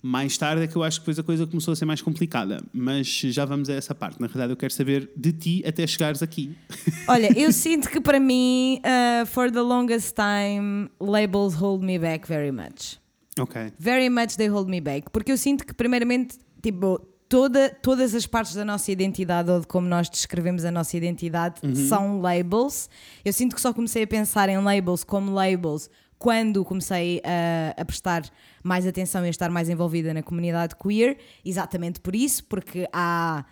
Mais tarde é que eu acho que depois a coisa começou a ser mais complicada. Mas já vamos a essa parte. Na realidade, eu quero saber de ti até chegares aqui. Olha, eu sinto que para mim, for the longest time, labels hold me back very much. Ok. Very much they hold me back. Porque eu sinto que, primeiramente, tipo, todas as partes da nossa identidade ou de como nós descrevemos a nossa identidade são labels. Eu sinto que só comecei a pensar em labels como labels quando comecei a prestar mais atenção e a estar mais envolvida na comunidade queer, exatamente por isso, porque há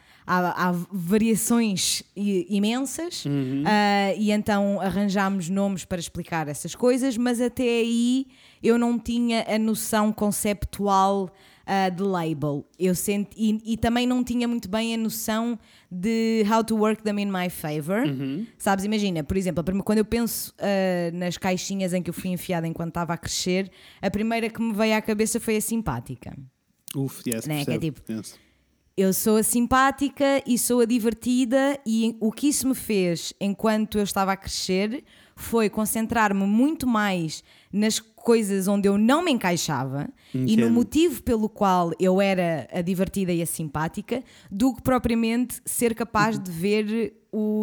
variações imensas e então arranjámos nomes para explicar essas coisas, mas até aí eu não tinha a noção conceptual de label. Eu e também não tinha muito bem a noção de how to work them in my favor. Sabes, imagina, por exemplo, quando eu penso nas caixinhas em que eu fui enfiada enquanto estava a crescer, a primeira que me veio à cabeça foi a simpática. Yes, né? Que é tipo, yes. Eu sou a simpática e sou a divertida, e o que isso me fez enquanto eu estava a crescer foi concentrar-me muito mais nas coisas onde eu não me encaixava e no motivo pelo qual eu era a divertida e a simpática, do que propriamente ser capaz de ver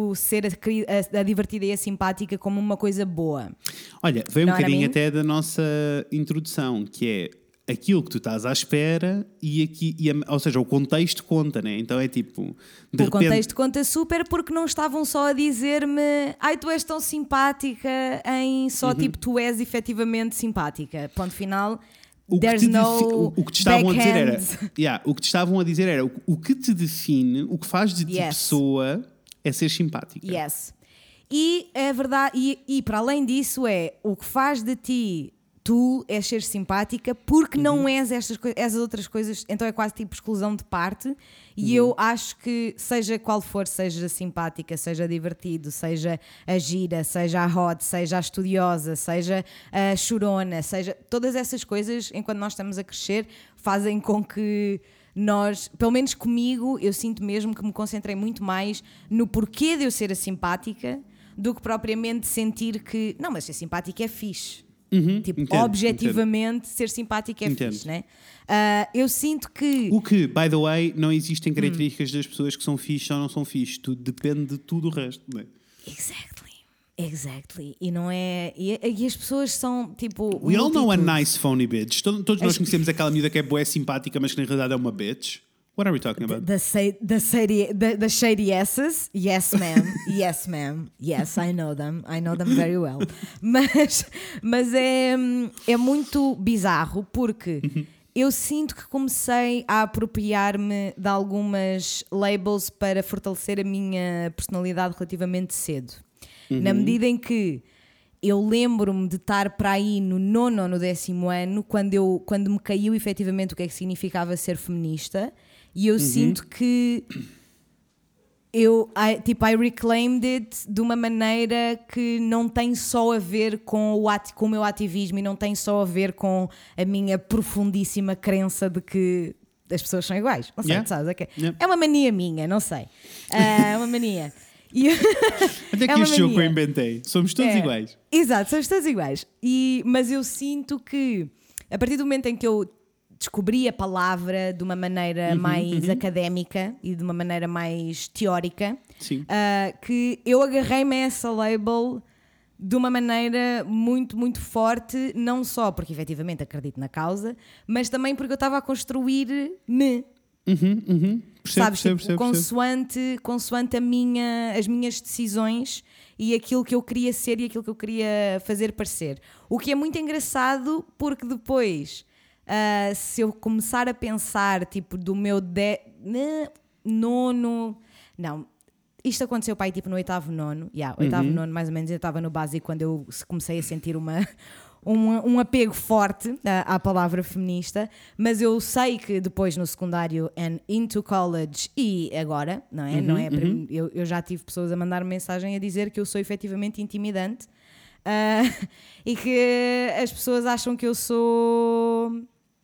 a divertida e a simpática como uma coisa boa. Olha, veio um bocadinho até da nossa introdução, que é aquilo que tu estás à espera ou seja, o contexto conta, né? Então é tipo... O contexto conta super, porque não estavam só a dizer-me tu és tão simpática, só tipo tu és efetivamente simpática. Ponto final. O que te estavam a dizer era... o que te estavam a dizer era o que te define, o que faz de ti pessoa é ser simpática. Yes. E é verdade, e para além disso o que faz de ti... Tu és ser simpática porque não és essas outras coisas, então é quase tipo exclusão de parte. E eu acho que, seja qual for, seja simpática, seja divertido, seja a gira, seja a hot, seja a estudiosa, seja a chorona, seja todas essas coisas, enquanto nós estamos a crescer, fazem com que nós, pelo menos comigo, eu sinto mesmo que me concentrei muito mais no porquê de eu ser a simpática do que propriamente sentir que, não, mas ser simpática é fixe. Objetivamente, ser simpático é fixe, né? Eu sinto que... O que, by the way, não existem características das pessoas que são fixe ou não são fixe. Tudo depende de tudo o resto, não é? Exactly. E não é... E as pessoas são, tipo... We all know a nice phony bitch. Todos nós conhecemos aquela miúda que é boa, simpática, mas que na realidade é uma bitch. What are we talking about? The shady asses? Yes, ma'am. Yes, ma'am. Yes, I know them very well. Mas é muito bizarro porque eu sinto que comecei a apropriar-me de algumas labels para fortalecer a minha personalidade relativamente cedo. Na medida em que eu lembro-me de estar para aí no 9º ou no 10º ano, quando me caiu efetivamente o que é que significava ser feminista. E eu sinto que I reclaimed it de uma maneira que não tem só a ver com o meu ativismo e não tem só a ver com a minha profundíssima crença de que as pessoas são iguais. Não sei, sabes? Okay. É uma mania minha, não sei. É uma mania. Até que este jogo que eu inventei. Somos todos iguais. Exato, somos todos iguais. Mas eu sinto que a partir do momento em que eu descobri a palavra de uma maneira mais académica e de uma maneira mais teórica, que eu agarrei-me a essa label de uma maneira muito, muito forte, não só porque efetivamente acredito na causa, mas também porque eu estava a construir-me. Percebo. Consoante as minhas decisões e aquilo que eu queria ser e aquilo que eu queria fazer parecer. O que é muito engraçado porque depois... se eu começar a pensar tipo do meu nono, não, isto aconteceu pai tipo no 8º, 9º, 8º, 9º mais ou menos. Eu estava no básico quando eu comecei a sentir um apego forte à palavra feminista, mas eu sei que depois no secundário and into college e agora, não é? Eu já tive pessoas a mandar mensagem a dizer que eu sou efetivamente intimidante e que as pessoas acham que eu sou...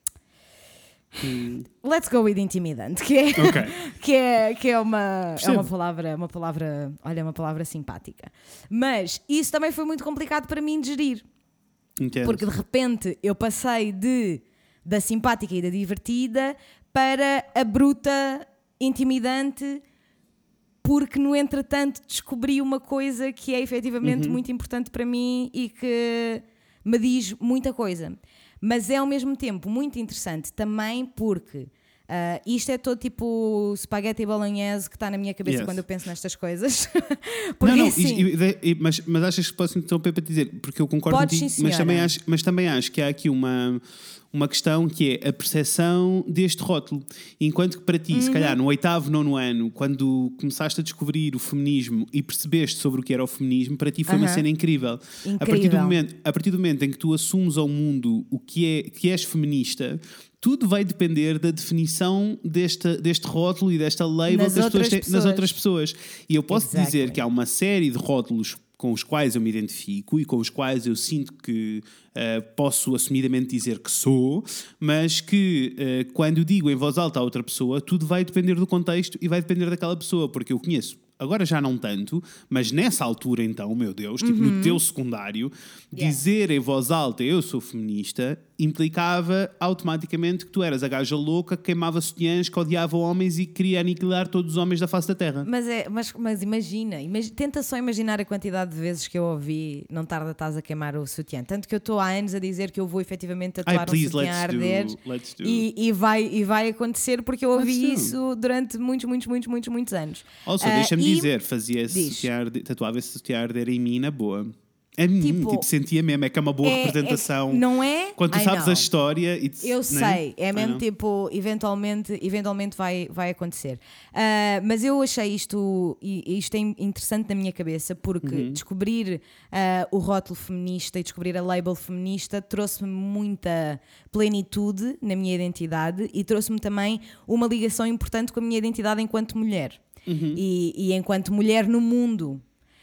Let's go with intimidante, que é uma palavra simpática. Mas isso também foi muito complicado para mim de gerir. Entendo. Porque de repente eu passei de da simpática e da divertida para a bruta, intimidante, porque no entretanto descobri uma coisa que é efetivamente muito importante para mim e que me diz muita coisa. Mas é ao mesmo tempo muito interessante também porque isto é todo tipo spaghetti bolognese que está na minha cabeça quando eu penso nestas coisas. Porque não, assim, mas achas que posso interromper para te dizer? Porque eu concordo contigo, mas também acho que há aqui uma questão que é a percepção deste rótulo. Enquanto que para ti, se calhar no 8º, 9º ano, quando começaste a descobrir o feminismo e percebeste sobre o que era o feminismo, para ti foi uma cena incrível. A partir do momento em que tu assumes ao mundo o que és feminista, tudo vai depender da definição deste rótulo e desta label que as pessoas têm nas outras pessoas. E eu posso dizer que há uma série de rótulos com os quais eu me identifico e com os quais eu sinto que posso assumidamente dizer que sou, mas que quando digo em voz alta a outra pessoa, tudo vai depender do contexto e vai depender daquela pessoa, porque eu conheço. Agora já não tanto, mas nessa altura então, meu Deus, tipo no teu secundário, dizer em voz alta eu sou feminista implicava automaticamente que tu eras a gaja louca que queimava sutiãs, que odiava homens e queria aniquilar todos os homens da face da terra. Mas imagina, tenta só imaginar a quantidade de vezes que eu ouvi não tarda estás a queimar o sutiã. Tanto que eu estou há anos a dizer que eu vou efetivamente tatuar um sutiã a arder e vai acontecer porque eu ouvi isso durante muitos anos. Deixa-me dizer, tatuava esse sutiã a arder em mim na boa. Tipo, sentia mesmo, é que é uma boa representação. Não é? Quando tu sabes a história. Eu sei, é mesmo tipo, eventualmente vai acontecer. Mas eu achei isto é interessante na minha cabeça porque descobrir o rótulo feminista e descobrir a label feminista trouxe-me muita plenitude na minha identidade e trouxe-me também uma ligação importante com a minha identidade enquanto mulher e enquanto mulher no mundo.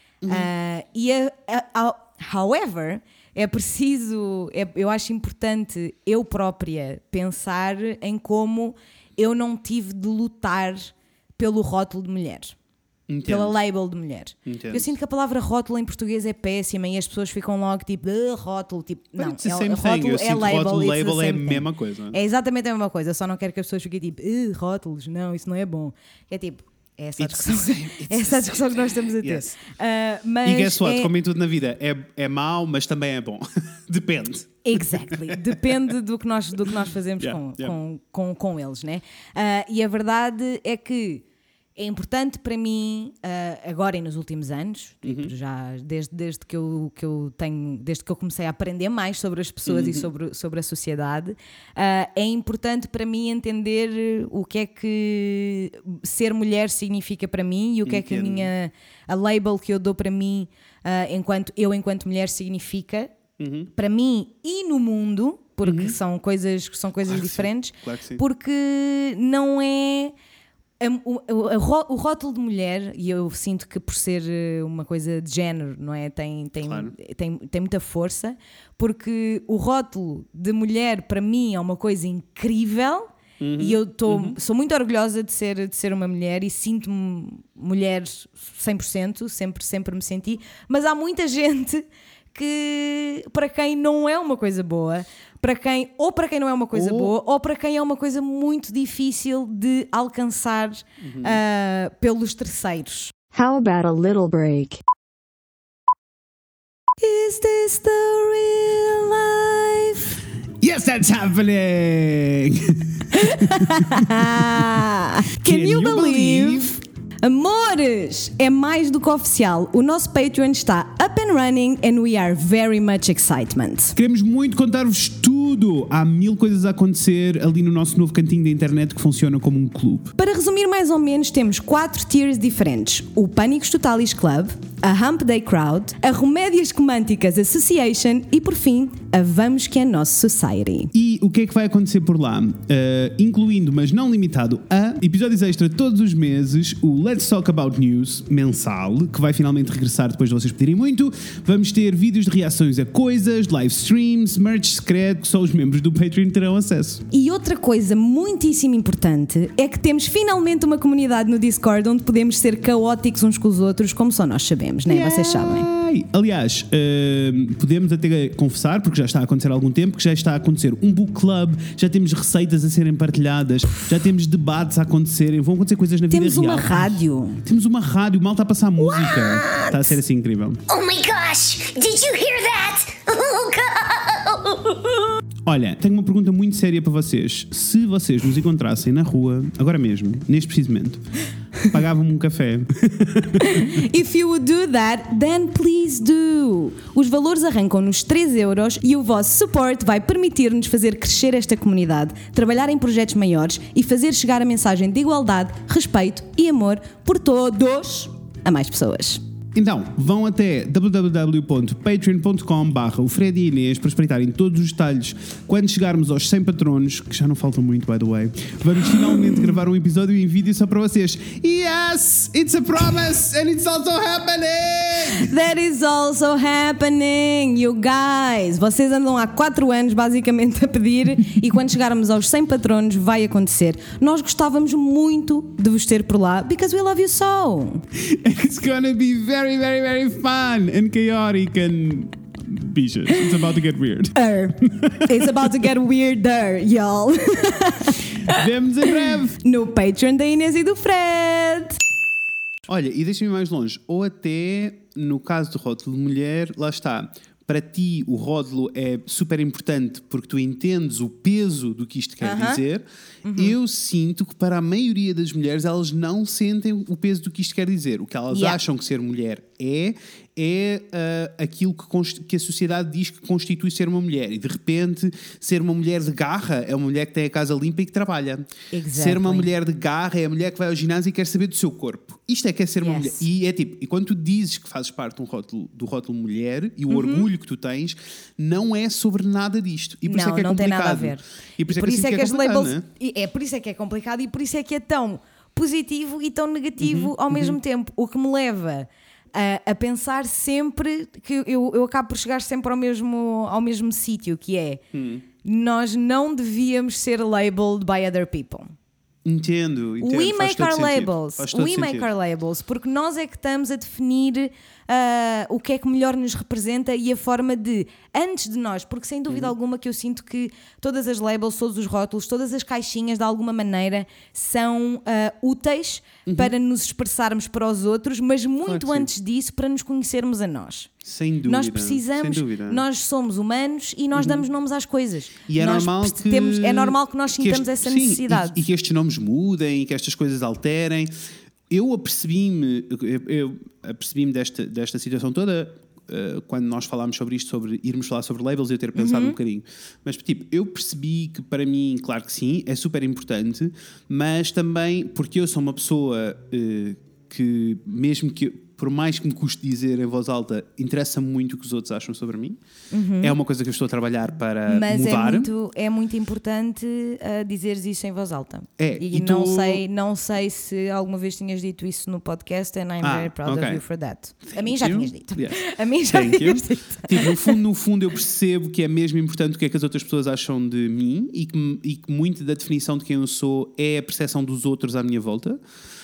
However, é preciso, eu acho importante eu própria pensar em como eu não tive de lutar pelo rótulo de mulher. Entendo. Pela label de mulher. Entendo. Eu sinto que a palavra rótulo em português é péssima e as pessoas ficam logo tipo, rótulo, tipo, não, rótulo é label, label é a mesma coisa. É exatamente a mesma coisa, só não quero que as pessoas fiquem tipo, rótulos, não, isso não é bom. É tipo, é essa a discussão que nós estamos a ter. Yes. E guess what? Como em tudo na vida, é mau, mas também é bom. Depende. Exactly. Depende do que nós fazemos com eles, né? E a verdade é que é importante para mim, agora e nos últimos anos, tipo, já desde que eu comecei a aprender mais sobre as pessoas e sobre a sociedade, é importante para mim entender o que é que ser mulher significa para mim e o que é que a label que eu dou para mim enquanto mulher significa para mim e no mundo, porque são coisas diferentes, claro que sim. Porque não é... O rótulo de mulher, e eu sinto que por ser uma coisa de género, não é? Tem muita força, porque o rótulo de mulher para mim é uma coisa incrível e eu sou muito orgulhosa de ser uma mulher e sinto-me mulher 100%, sempre me senti, mas há muita gente que para quem não é uma coisa boa, para quem não é uma coisa boa, ou para quem é uma coisa muito difícil de alcançar pelos terceiros. How about a little break? Is this the real life? Yes, that's happening! Can you believe? Amores, é mais do que oficial. O nosso Patreon está up and running and we are very much excitement. Queremos muito contar-vos tudo. Há 1000 coisas a acontecer ali no nosso novo cantinho da internet que funciona como um clube. Para resumir mais ou menos, temos 4 tiers diferentes. O Pânicos Totalis Club, a Hump Day Crowd, a Remédios Comânticas Association e, por fim, a Vamos Que é Nosso Society. E o que é que vai acontecer por lá? Incluindo, mas não limitado a, episódios extra todos os meses, o Let's Talk About News mensal, que vai finalmente regressar depois de vocês pedirem muito. Vamos ter vídeos de reações a coisas, live streams, merch secreto, que só os membros do Patreon terão acesso. E outra coisa muitíssimo importante é que temos finalmente uma comunidade no Discord onde podemos ser caóticos uns com os outros, como só nós sabemos. fazemos, né? Vocês sabem. Aliás, podemos até confessar, porque já está a acontecer há algum tempo, que já está a acontecer um book club, já temos receitas a serem partilhadas, já temos debates a acontecerem, vão acontecer coisas na vida real. Temos uma rádio. Temos uma rádio, mal está a passar música. Está a ser assim incrível. Oh my gosh, did you hear that? Oh God. Olha, tenho uma pergunta muito séria para vocês. Se vocês nos encontrassem na rua, agora mesmo, neste preciso momento, pagavam-me um café. If you would do that, then please do. Os valores arrancam nos 3 euros e o vosso suporte vai permitir-nos fazer crescer esta comunidade, trabalhar em projetos maiores e fazer chegar a mensagem de igualdade, respeito e amor por todos a mais pessoas. Então, vão até www.patreon.com/o Fred e Inês para espreitarem todos os detalhes. Quando chegarmos aos 100 patronos, que já não faltam muito, by the way, vamos finalmente gravar um episódio em vídeo só para vocês. Yes! It's a promise and it's also happening! That is also happening, you guys! Vocês andam há 4 anos basicamente a pedir e quando chegarmos aos 100 patronos vai acontecer. Nós gostávamos muito de vos ter por lá because we love you so! It's gonna be very, very, very fun and chaotic and vicious. It's about to get weird. It's about to get weirder, y'all. Vemo-nos em breve. No Patreon da Inês e do Fred. Olha, e deixa-me ir mais longe. Ou até, no caso do rótulo de mulher, lá está. Para ti o rótulo é super importante porque tu entendes o peso do que isto quer dizer. Eu sinto que para a maioria das mulheres elas não sentem o peso do que isto quer dizer. O que elas acham que ser mulher é aquilo que a sociedade diz que constitui ser uma mulher. E de repente ser uma mulher de garra é uma mulher que tem a casa limpa e que trabalha. Exactly. Ser uma mulher de garra é a mulher que vai ao ginásio e quer saber do seu corpo. Isto é que é ser uma mulher. E é tipo, e quando tu dizes que fazes parte do rótulo mulher e o orgulho que tu tens, não é sobre nada disto. E por isso é que é não complicado. tem nada a ver. E por isso é que as labels, né? é por isso é que é complicado e por isso é que é tão positivo e tão negativo ao mesmo tempo. O que me leva a pensar sempre que eu acabo por chegar sempre ao mesmo sítio, que é nós não devíamos ser labeled by other people. Entendo. We faz make todo our sentido. labels. Faz todo We make sentido. our labels, porque nós é que estamos a definir o que é que melhor nos representa e a forma de, antes de nós, porque sem dúvida alguma que eu sinto que todas as labels, todos os rótulos, todas as caixinhas de alguma maneira são úteis para nos expressarmos para os outros, mas muito Claro que antes disso para nos conhecermos a nós. Sem dúvida. Nós precisamos, sem dúvida. nós somos humanos e nós damos nomes às coisas. E é Nós normal que... é normal que nós sintamos essa necessidade. E que estes nomes mudem, e que estas coisas alterem. Eu apercebi-me desta situação toda quando nós falámos sobre isto, sobre irmos falar sobre labels e eu ter pensado um bocadinho. Mas tipo, eu percebi que para mim, claro que sim, é super importante, mas também porque eu sou uma pessoa que mesmo que... por mais que me custe dizer em voz alta, interessa-me muito o que os outros acham sobre mim. É uma coisa que eu estou a trabalhar para mudar. Mas é muito importante dizeres isso em voz alta. E não sei se alguma vez tinhas dito isso no podcast and I'm very proud of you for that. A mim já tinhas dito. Yeah. A mim já tinhas dito. Tipo, no fundo eu percebo que é mesmo importante o que é que as outras pessoas acham de mim e que muito da definição de quem eu sou é a percepção dos outros à minha volta.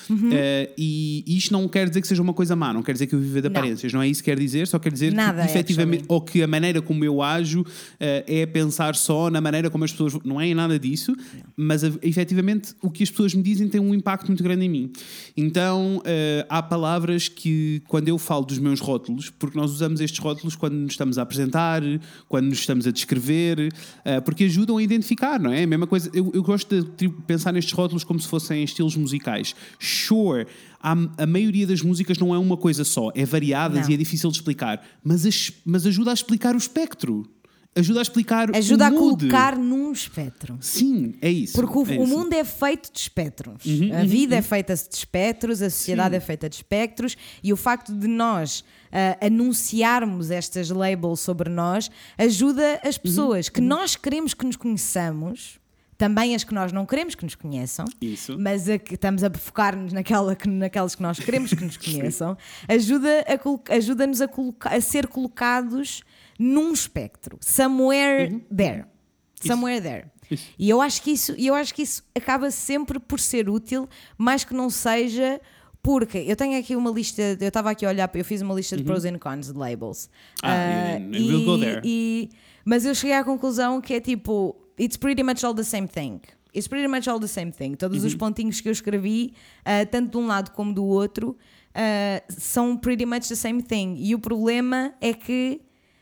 E isto não quer dizer que seja uma coisa má, não quer dizer que eu viva de aparências, não é isso que quer dizer, só quer dizer nada, que efetivamente, ou que a maneira como eu ajo é pensar só na maneira como as pessoas, não é nada disso, mas efetivamente o que as pessoas me dizem tem um impacto muito grande em mim. Então há palavras que quando eu falo dos meus rótulos, porque nós usamos estes rótulos quando nos estamos a apresentar, quando nos estamos a descrever, porque ajudam a identificar, não é? A mesma coisa, eu gosto de pensar nestes rótulos como se fossem estilos musicais. Sure, a maioria das músicas não é uma coisa só, é variadas e é difícil de explicar, mas ajuda a explicar o espectro, ajuda a explicar ajuda o a mood. colocar num espectro. Sim, é isso. Porque o mundo é feito de espectros. A vida é feita de espectros, a sociedade é feita de espectros e o facto de nós anunciarmos estas labels sobre nós ajuda as pessoas que nós queremos que nos conheçamos. Também as que nós não queremos que nos conheçam, mas estamos a focar-nos naquelas que nós queremos que nos conheçam, ajuda-nos a ser colocados num espectro. Somewhere there. Somewhere there. E eu acho que isso acaba sempre por ser útil, mais que não seja Porque eu tenho aqui uma lista, eu estava aqui a olhar, eu fiz uma lista de pros and cons de labels. We'll go there. Mas eu cheguei à conclusão que é tipo, it's pretty much all the same thing. It's pretty much all the same thing. Todos os pontinhos que eu escrevi, tanto de um lado como do outro, são pretty much the same thing. E o problema é que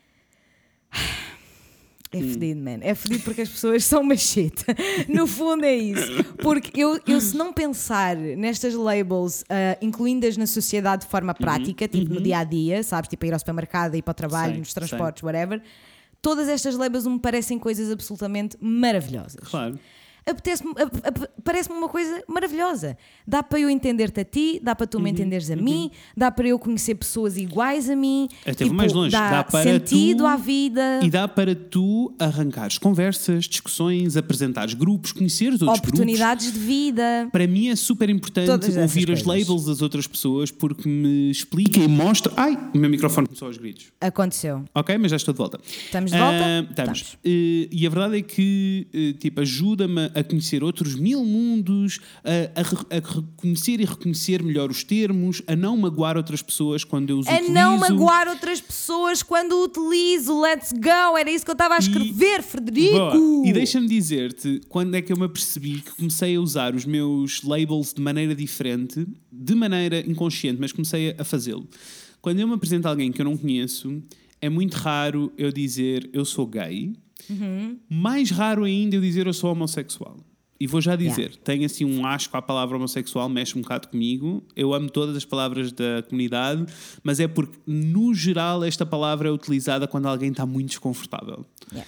é fedido, man. É fedido porque as pessoas são uma shit. No fundo é isso. Porque eu se não pensar nestas labels, incluindo-as na sociedade de forma prática, tipo no dia-a-dia, sabes? Tipo a ir ao supermercado, ir para o trabalho, Sim, nos transportes, whatever. Todas estas labels me parecem coisas absolutamente maravilhosas. Claro. Parece-me uma coisa maravilhosa. Dá para eu entender-te a ti, dá para tu me entenderes a mim, dá para eu conhecer pessoas iguais a mim. Até mais longe. Dá para sentido tu, à vida. E dá para tu arrancares conversas, discussões, apresentares grupos, conheceres outros oportunidades grupos. de vida. Para mim é super importante ouvir as labels das outras pessoas porque me explica e mostra. Ai, o meu microfone começou aos gritos. Aconteceu. Ok, mas já estou de volta. Estamos de volta? Estamos. E a verdade é que tipo, ajuda-me a conhecer outros 1000 mundos, a reconhecer e reconhecer melhor os termos, a não magoar outras pessoas quando eu os utilizo. A não magoar outras pessoas quando utilizo. Let's go! Era isso que eu estava a escrever, Frederico! Boa. E deixa-me dizer-te quando é que eu me apercebi que comecei a usar os meus labels de maneira diferente, de maneira inconsciente, mas comecei a fazê-lo. Quando eu me apresento a alguém que eu não conheço, é muito raro eu dizer eu sou gay. Mais raro ainda eu dizer eu sou homossexual. E vou já dizer, tenho assim um asco à palavra homossexual, mexe um bocado comigo. Eu amo todas as palavras da comunidade, mas é porque, no geral, esta palavra é utilizada quando alguém está muito desconfortável.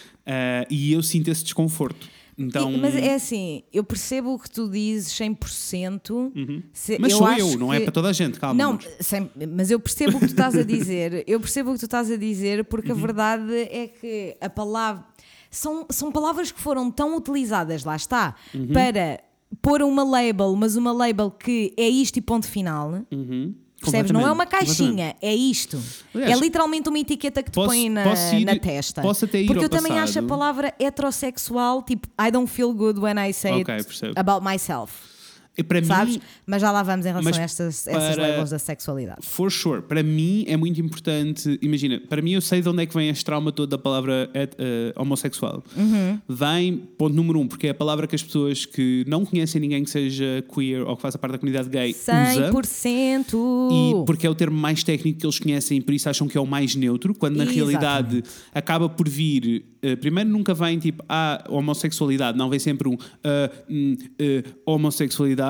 E eu sinto esse desconforto. Então... Mas é assim, eu percebo o que tu dizes 100%. Mas sou eu, não é para toda a gente, calma. Não, mas eu percebo o que tu estás a dizer. Eu percebo o que tu estás a dizer porque a verdade é que a palavra... São palavras que foram tão utilizadas, lá está, para pôr uma label, mas uma label que é isto e ponto final. Percebes? Não é uma caixinha, é isto. Aliás, é literalmente uma etiqueta que te põe na testa. Posso até ir porque ao eu também passado. acho a palavra heterossexual, tipo, I don't feel good when I say it about myself. Para sabes? Mim, mas já lá vamos em relação a essas labels da sexualidade. For sure. Para mim é muito importante. Imagina, para mim eu sei de onde é que vem este trauma todo da palavra homossexual. Vem, ponto número 1, porque é a palavra que as pessoas que não conhecem ninguém que seja queer ou que faça parte da comunidade gay 100%. E porque é o termo mais técnico que eles conhecem e por isso acham que é o mais neutro, quando na realidade acaba por vir. Primeiro nunca vem tipo homossexualidade, não vem sempre homossexualidade.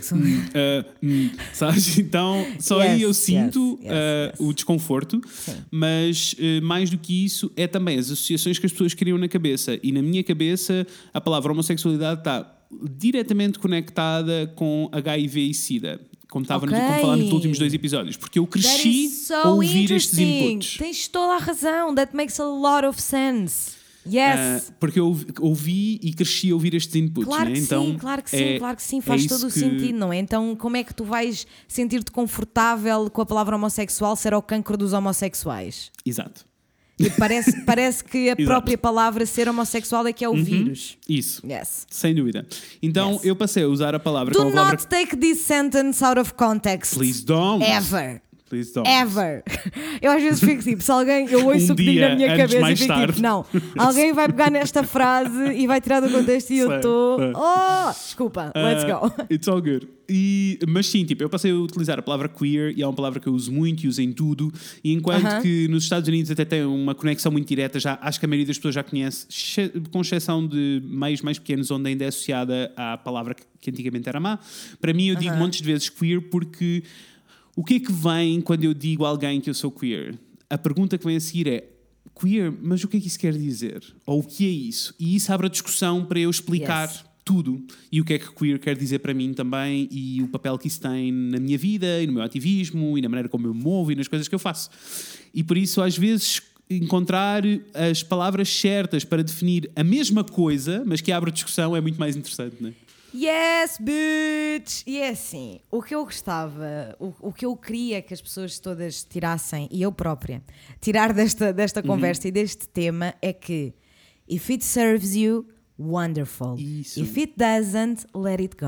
Sabes? Então só aí eu sinto o desconforto. Sim. Mas mais do que isso é também as associações que as pessoas criam na cabeça, e na minha cabeça a palavra homossexualidade está diretamente conectada com HIV e SIDA, como falámos nos últimos 2 episódios, porque eu cresci a ouvir estes inputs. Tens toda a razão. That makes a lot of sense. Yes. Porque eu ouvi e cresci a ouvir estes inputs. Claro, né? que então, sim, claro que sim, faz todo o sentido, não é? Então, como é que tu vais sentir-te confortável com a palavra homossexual se era o cancro dos homossexuais? Exato. E parece que a própria palavra ser homossexual é que é o vírus. Isso. Yes. Sem dúvida. Então, eu passei a usar a palavra Do como not take this sentence out of context. Please don't. Ever. Please don't. Ever. Eu às vezes fico tipo, se alguém, eu ouço o que digo na minha cabeça e fico tipo, não, alguém vai pegar nesta frase e vai tirar do contexto e eu estou, desculpa, let's go. It's all good. Mas sim, tipo, eu passei a utilizar a palavra queer e é uma palavra que eu uso muito e uso em tudo, e enquanto que nos Estados Unidos até tem uma conexão muito direta, já acho que a maioria das pessoas já conhece, com exceção de meios mais pequenos onde ainda é associada à palavra que antigamente era má. Para mim eu digo montes de vezes queer porque o que é que vem quando eu digo a alguém que eu sou queer? A pergunta que vem a seguir é queer, mas o que é que isso quer dizer? Ou o que é isso? E isso abre a discussão para eu explicar tudo. E o que é que queer quer dizer para mim também, e o papel que isso tem na minha vida, e no meu ativismo, e na maneira como eu me movo, e nas coisas que eu faço. E por isso, às vezes, encontrar as palavras certas para definir a mesma coisa, mas que abre a discussão, é muito mais interessante, não é? Yes, bitch! E é assim, o que eu gostava, o que eu queria que as pessoas todas tirassem, e eu própria, tirar desta conversa e deste tema é que if it serves you, wonderful. Isso. If it doesn't, let it go.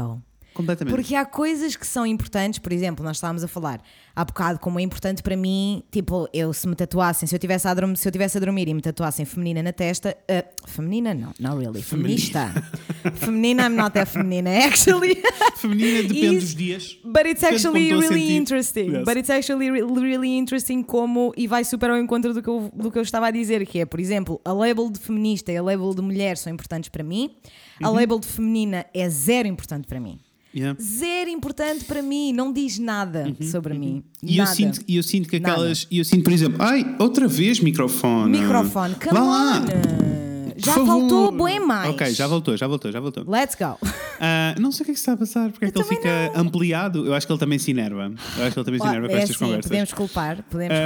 Completamente. Porque há coisas que são importantes, por exemplo, nós estávamos a falar há bocado como é importante para mim, tipo, se me tatuassem, se eu tivesse a dormir e me tatuassem feminina na testa, feminina não, not really, feminista. Feminina, I'm not that feminina, actually. Feminina depende dos dias. But it's actually really interesting. Yes. But it's actually really interesting como, e vai super ao encontro do que eu estava a dizer, que é, por exemplo, a label de feminista e a label de mulher são importantes para mim, a label de feminina é zero importante para mim. Yeah. Zero importante para mim, não diz nada sobre mim. E nada. eu sinto que aquelas. E eu sinto, por exemplo, outra vez microfone. Microfone, come Vá lá. on. Já Por favor. faltou bem mais. Ok, já voltou. Let's go. Não sei o que é que está a passar, porque é que ele fica ampliado. Eu acho que ele também se enerva. Com estas conversas. Podemos culpar.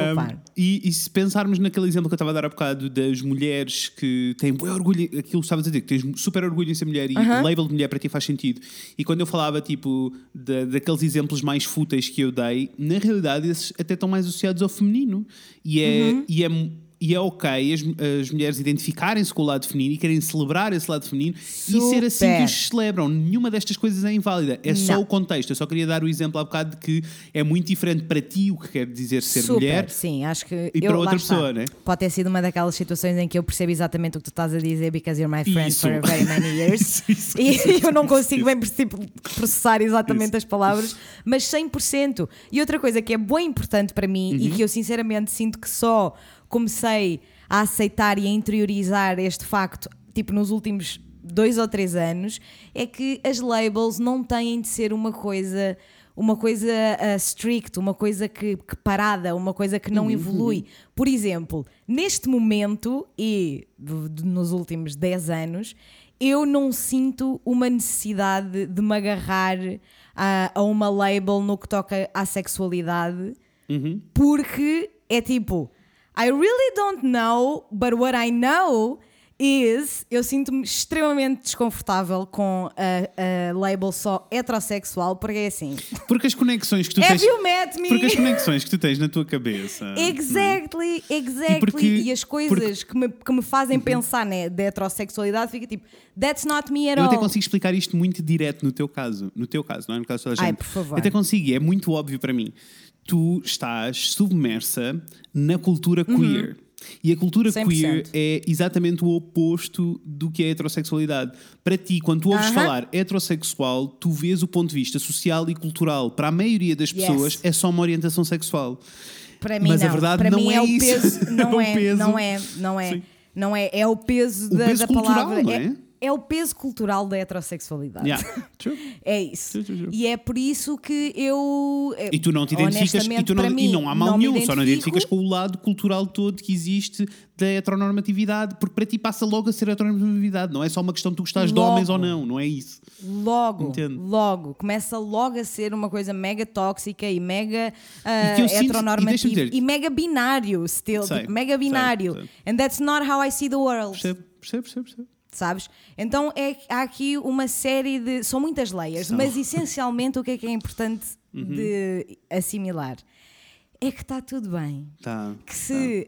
E se pensarmos naquele exemplo que eu estava a dar há bocado das mulheres que têm bem orgulho, aquilo que estavas a dizer, que tens super orgulho em ser mulher e o label de mulher para ti faz sentido. E quando eu falava tipo daqueles exemplos mais fúteis que eu dei, na realidade esses até estão mais associados ao feminino. E é ok as mulheres identificarem-se com o lado feminino e querem celebrar esse lado feminino e ser assim que os celebram. Nenhuma destas coisas é inválida. É só o contexto. Eu só queria dar o exemplo há bocado de que é muito diferente para ti o que quer dizer ser mulher. Sim, acho que e para outra pessoa, né? Pode ter sido uma daquelas situações em que eu percebo exatamente o que tu estás a dizer because you're my friend Isso. for very many years. E eu não consigo bem processar exatamente as palavras, mas 100%. E outra coisa que é bem importante para mim e que eu sinceramente sinto que só comecei a aceitar e a interiorizar este facto, tipo, nos últimos 2 ou 3 anos, é que as labels não têm de ser uma coisa strict, uma coisa que parada, uma coisa que não evolui. Por exemplo, neste momento e nos últimos 10 anos, eu não sinto uma necessidade de me agarrar a uma label no que toca à sexualidade, porque é tipo... I really don't know, but what I know is... Eu sinto-me extremamente desconfortável com a label só heterossexual, porque é assim... Porque as conexões que tu tens... Have you met me? Porque as conexões que tu tens na tua cabeça... Exactly. E as coisas que me fazem pensar da heterossexualidade fica tipo... That's not me at all. Eu até consigo explicar isto muito direto no teu caso, não é no caso de toda a gente. Ai, por favor. Eu até consigo, é muito óbvio para mim. Tu estás submersa na cultura queer. E a cultura 100%. queer é exatamente o oposto do que é a heterossexualidade. Para ti, quando tu ouves falar heterossexual, tu vês o ponto de vista social e cultural. Para a maioria das pessoas é só uma orientação sexual. Para mim Mas não. a verdade para não mim é o isso. peso, não É o peso. Não é. É o peso O da peso cultural, palavra. não é? É o peso cultural da heterossexualidade. Yeah. True. É isso. True. E é por isso que eu... E tu não te identificas, e não há mal nenhum, só não identificas com o lado cultural todo que existe da heteronormatividade, porque para ti passa logo a ser heteronormatividade, não é só uma questão de tu gostares de homens ou não é isso. Logo, começa logo a ser uma coisa mega tóxica e mega E que eu sinto- heteronormativa e e mega binário, still, Sei, tipo, mega binário. sei. And that's not how I see the world. Percebo. Sabes? Então há aqui uma série de... São muitas layers, mas essencialmente o que é importante de assimilar é que está tudo bem. Que se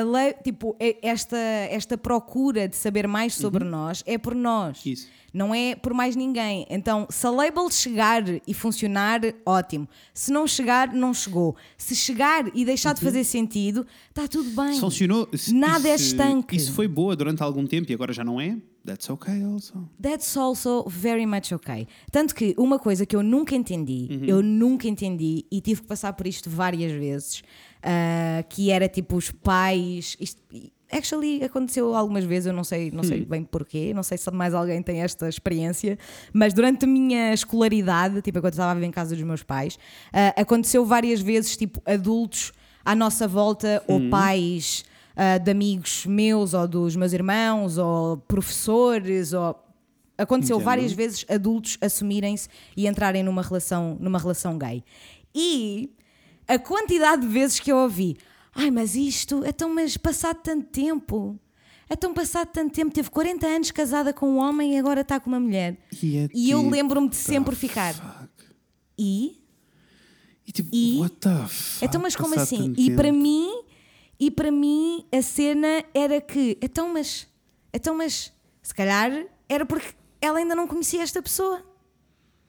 esta procura de saber mais sobre nós é por nós. Isso. Não é por mais ninguém. Então, se a label chegar e funcionar, ótimo. Se não chegar, não chegou. Se chegar e deixar de fazer sentido, está tudo bem. Se funcionou, Nada é estanque. Isso foi boa durante algum tempo e agora já não é? That's okay also. That's also very much okay. Tanto que uma coisa que eu nunca entendi e tive que passar por isto várias vezes, que era tipo os pais... Actually, aconteceu algumas vezes, eu não sei bem porquê, não sei se mais alguém tem esta experiência, mas durante a minha escolaridade, tipo, quando estava a viver em casa dos meus pais, aconteceu várias vezes, tipo, adultos à nossa volta, ou pais de amigos meus, ou dos meus irmãos, ou professores, ou... Aconteceu várias vezes adultos assumirem-se e entrarem numa relação gay. E a quantidade de vezes que eu ouvi... mas passado tanto tempo, teve 40 anos casada com um homem e agora está com uma mulher. E eu lembro-me de sempre ficar. E tipo, what the fuck? Então, mas como Passado assim? tanto E para mim a cena era que, mas se calhar era porque ela ainda não conhecia esta pessoa.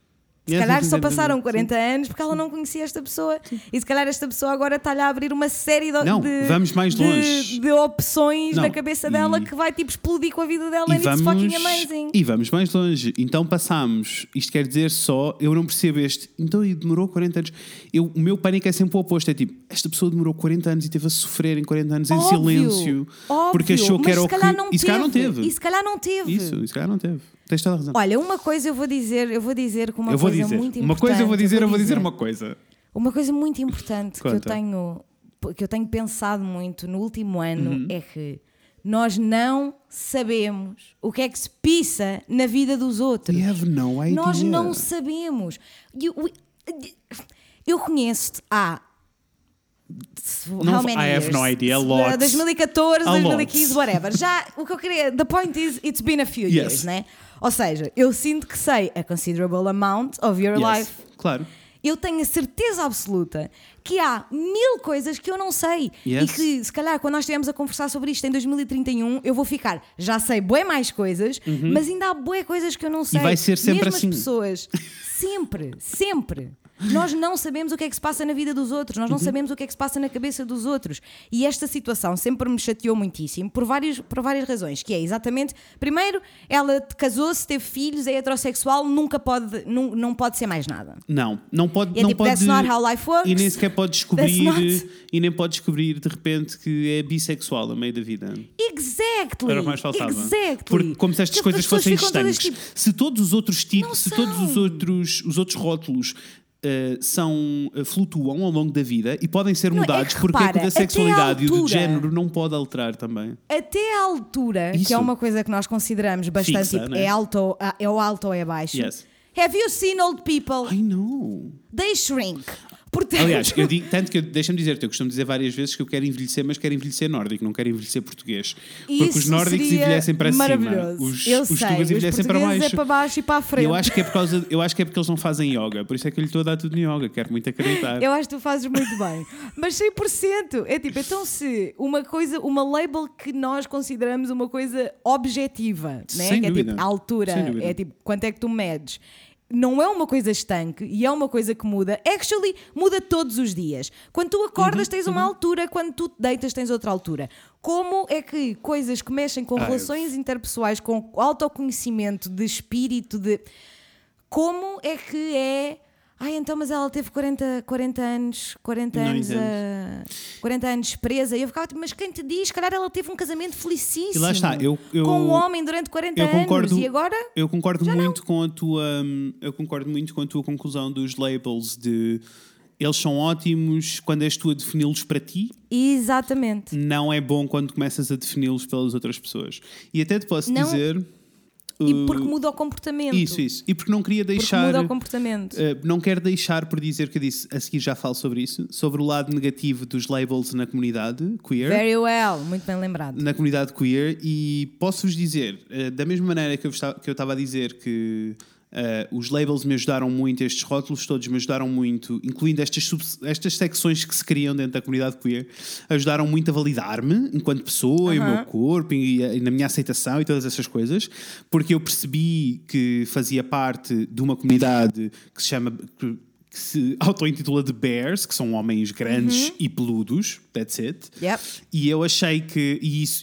Se calhar só passaram 40 anos porque ela não conhecia esta pessoa. E se calhar esta pessoa agora está-lhe a abrir uma série vamos mais longe. de opções na cabeça dela que vai tipo explodir com a vida dela. And it's fucking amazing. E vamos mais longe. Então passámos, isto quer dizer só, eu não percebo então e demorou 40 anos. O meu pânico é sempre o oposto. É tipo, esta pessoa demorou 40 anos e teve a sofrer em 40 anos em silêncio. Porque achou que era o que... E se calhar não teve. E se calhar não teve. Isso, e se calhar não teve. Tens toda a razão. Olha, uma coisa eu vou dizer com uma coisa muito importante. Uma coisa eu vou dizer uma coisa. Uma coisa muito importante que eu tenho pensado muito no último ano é que nós não sabemos o que é que se pissa na vida dos outros. We have no idea. Nós não sabemos. Eu conheço-te há... How many I have years? no idea. Lots. 2014, 2015, whatever. Já, o que eu queria... The point is, it's been a few years, né? Ou seja, eu sinto que sei a considerable amount of your life. Claro. Eu tenho a certeza absoluta que há 1000 coisas que eu não sei. E que, se calhar, quando nós estivermos a conversar sobre isto em 2031, eu vou ficar, já sei bué mais coisas, mas ainda há bué coisas que eu não sei. E vai ser sempre mesmo assim. As pessoas, sempre. Nós não sabemos o que é que se passa na vida dos outros, nós não sabemos o que é que se passa na cabeça dos outros. E esta situação sempre me chateou muitíssimo por várias razões, que é exatamente, primeiro, ela casou-se, teve filhos, é heterossexual, não pode ser mais nada. Não pode. É não tipo, pode, that's not how life works. E nem sequer pode descobrir e nem pode descobrir de repente que é bissexual a meio da vida. Exactly. Era o mais falsava. Exactly. Porque como se estas coisas fossem estanques. Tipo, se todos os outros tipos, se são. todos os outros rótulos flutuam ao longo da vida e podem ser mudados, porque é que o da sexualidade e o do género não pode alterar também. Até à altura, Isso. que é uma coisa que nós consideramos bastante Fixa, tipo, né? é o alto ou é baixo. Yes. Have you seen old people? I know. They shrink. Portanto... Aliás, deixa-me dizer-te, eu costumo dizer várias vezes que eu quero envelhecer, mas quero envelhecer nórdico, não quero envelhecer português. Porque Isso os nórdicos seria envelhecem para maravilhoso. cima, os eu sei, tugas envelhecem para baixo. É para baixo e para a frente. Eu acho que é porque eles não fazem yoga, por isso é que eu lhe estou a dar tudo em yoga, quero muito acreditar. Eu acho que tu fazes muito bem. Mas 100%. É tipo, então se uma label que nós consideramos uma coisa objetiva, né? Sem que dúvida. É tipo a altura, é tipo quanto é que tu medes. Não é uma coisa estanque e é uma coisa que muda. Actually, muda todos os dias. Quando tu acordas tens uma altura, quando tu te deitas tens outra altura. Como é que coisas que mexem com relações interpessoais, com autoconhecimento de espírito, como é que é... então, mas ela teve 40 anos presa. E eu ficava tipo, mas quem te diz? Calhar ela teve um casamento felicíssimo. E lá está, com um homem durante 40 anos. E agora? Eu concordo muito com a tua conclusão dos labels de eles são ótimos quando és tu a defini-los para ti. Exatamente. Não é bom quando começas a defini-los pelas outras pessoas. E até te posso dizer... E porque muda o comportamento. Isso. E porque não queria deixar... Porque muda o comportamento. Não quero deixar por dizer que eu disse, a seguir já falo sobre isso, sobre o lado negativo dos labels na comunidade queer. Very well, muito bem lembrado. Na comunidade queer, e posso-vos dizer, da mesma maneira que eu estava a dizer que os labels me ajudaram muito, estes rótulos todos me ajudaram muito, incluindo estas secções que se criam dentro da comunidade queer, ajudaram muito a validar-me enquanto pessoa e o meu corpo e na minha aceitação e todas essas coisas, porque eu percebi que fazia parte de uma comunidade que se auto-intitula de Bears, que são homens grandes e peludos, that's it. Yep. E eu achei que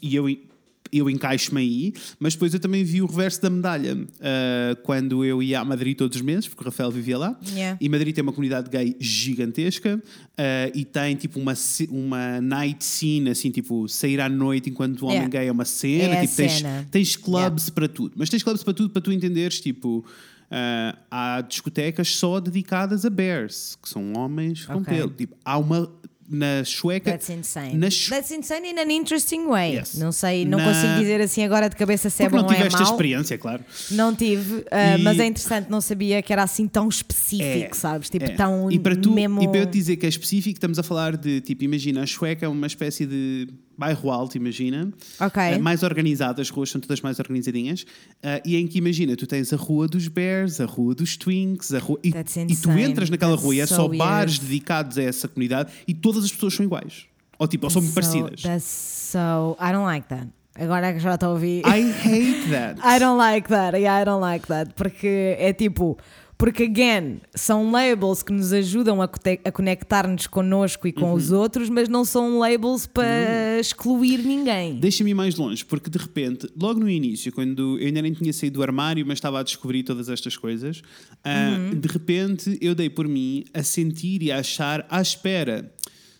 eu encaixo-me aí, mas depois eu também vi o reverso da medalha quando eu ia a Madrid todos os meses, porque o Rafael vivia lá. E Madrid tem uma comunidade gay gigantesca e tem tipo uma night scene, assim, tipo sair à noite enquanto o homem gay é uma cena. Tipo, tens clubs para tudo, mas tens clubs para tudo para tu entenderes, tipo... há discotecas só dedicadas a bears, que são homens com pelo. Tipo, há uma na Sueca. That's insane. That's insane in an interesting way. Yes. Não sei, não consigo dizer assim agora de cabeça se é bom ou é mau. Não tive esta experiência, claro. Não tive, mas é interessante, não sabia que era assim tão específico, sabes? Tipo, tão e para tu, mesmo... E para eu dizer que é específico, estamos a falar de, tipo, imagina, a Sueca é uma espécie de bairro alto, imagina. Mais organizada, as ruas são todas mais organizadinhas. E em que, imagina, tu tens a rua dos bears, a rua dos twinks, e tu entras naquela rua e é só bares dedicados a essa comunidade e todas as pessoas são iguais. Ou tipo, ou são muito parecidas. I don't like that. Agora que já estou a ouvir. I hate that. I don't like that. Yeah, I don't like that. Porque é tipo... Porque, again, são labels que nos ajudam a conectar-nos connosco e com os outros, mas não são labels para excluir ninguém. Deixa-me ir mais longe, porque de repente, logo no início, quando eu ainda nem tinha saído do armário, mas estava a descobrir todas estas coisas, de repente eu dei por mim a sentir e a achar à espera.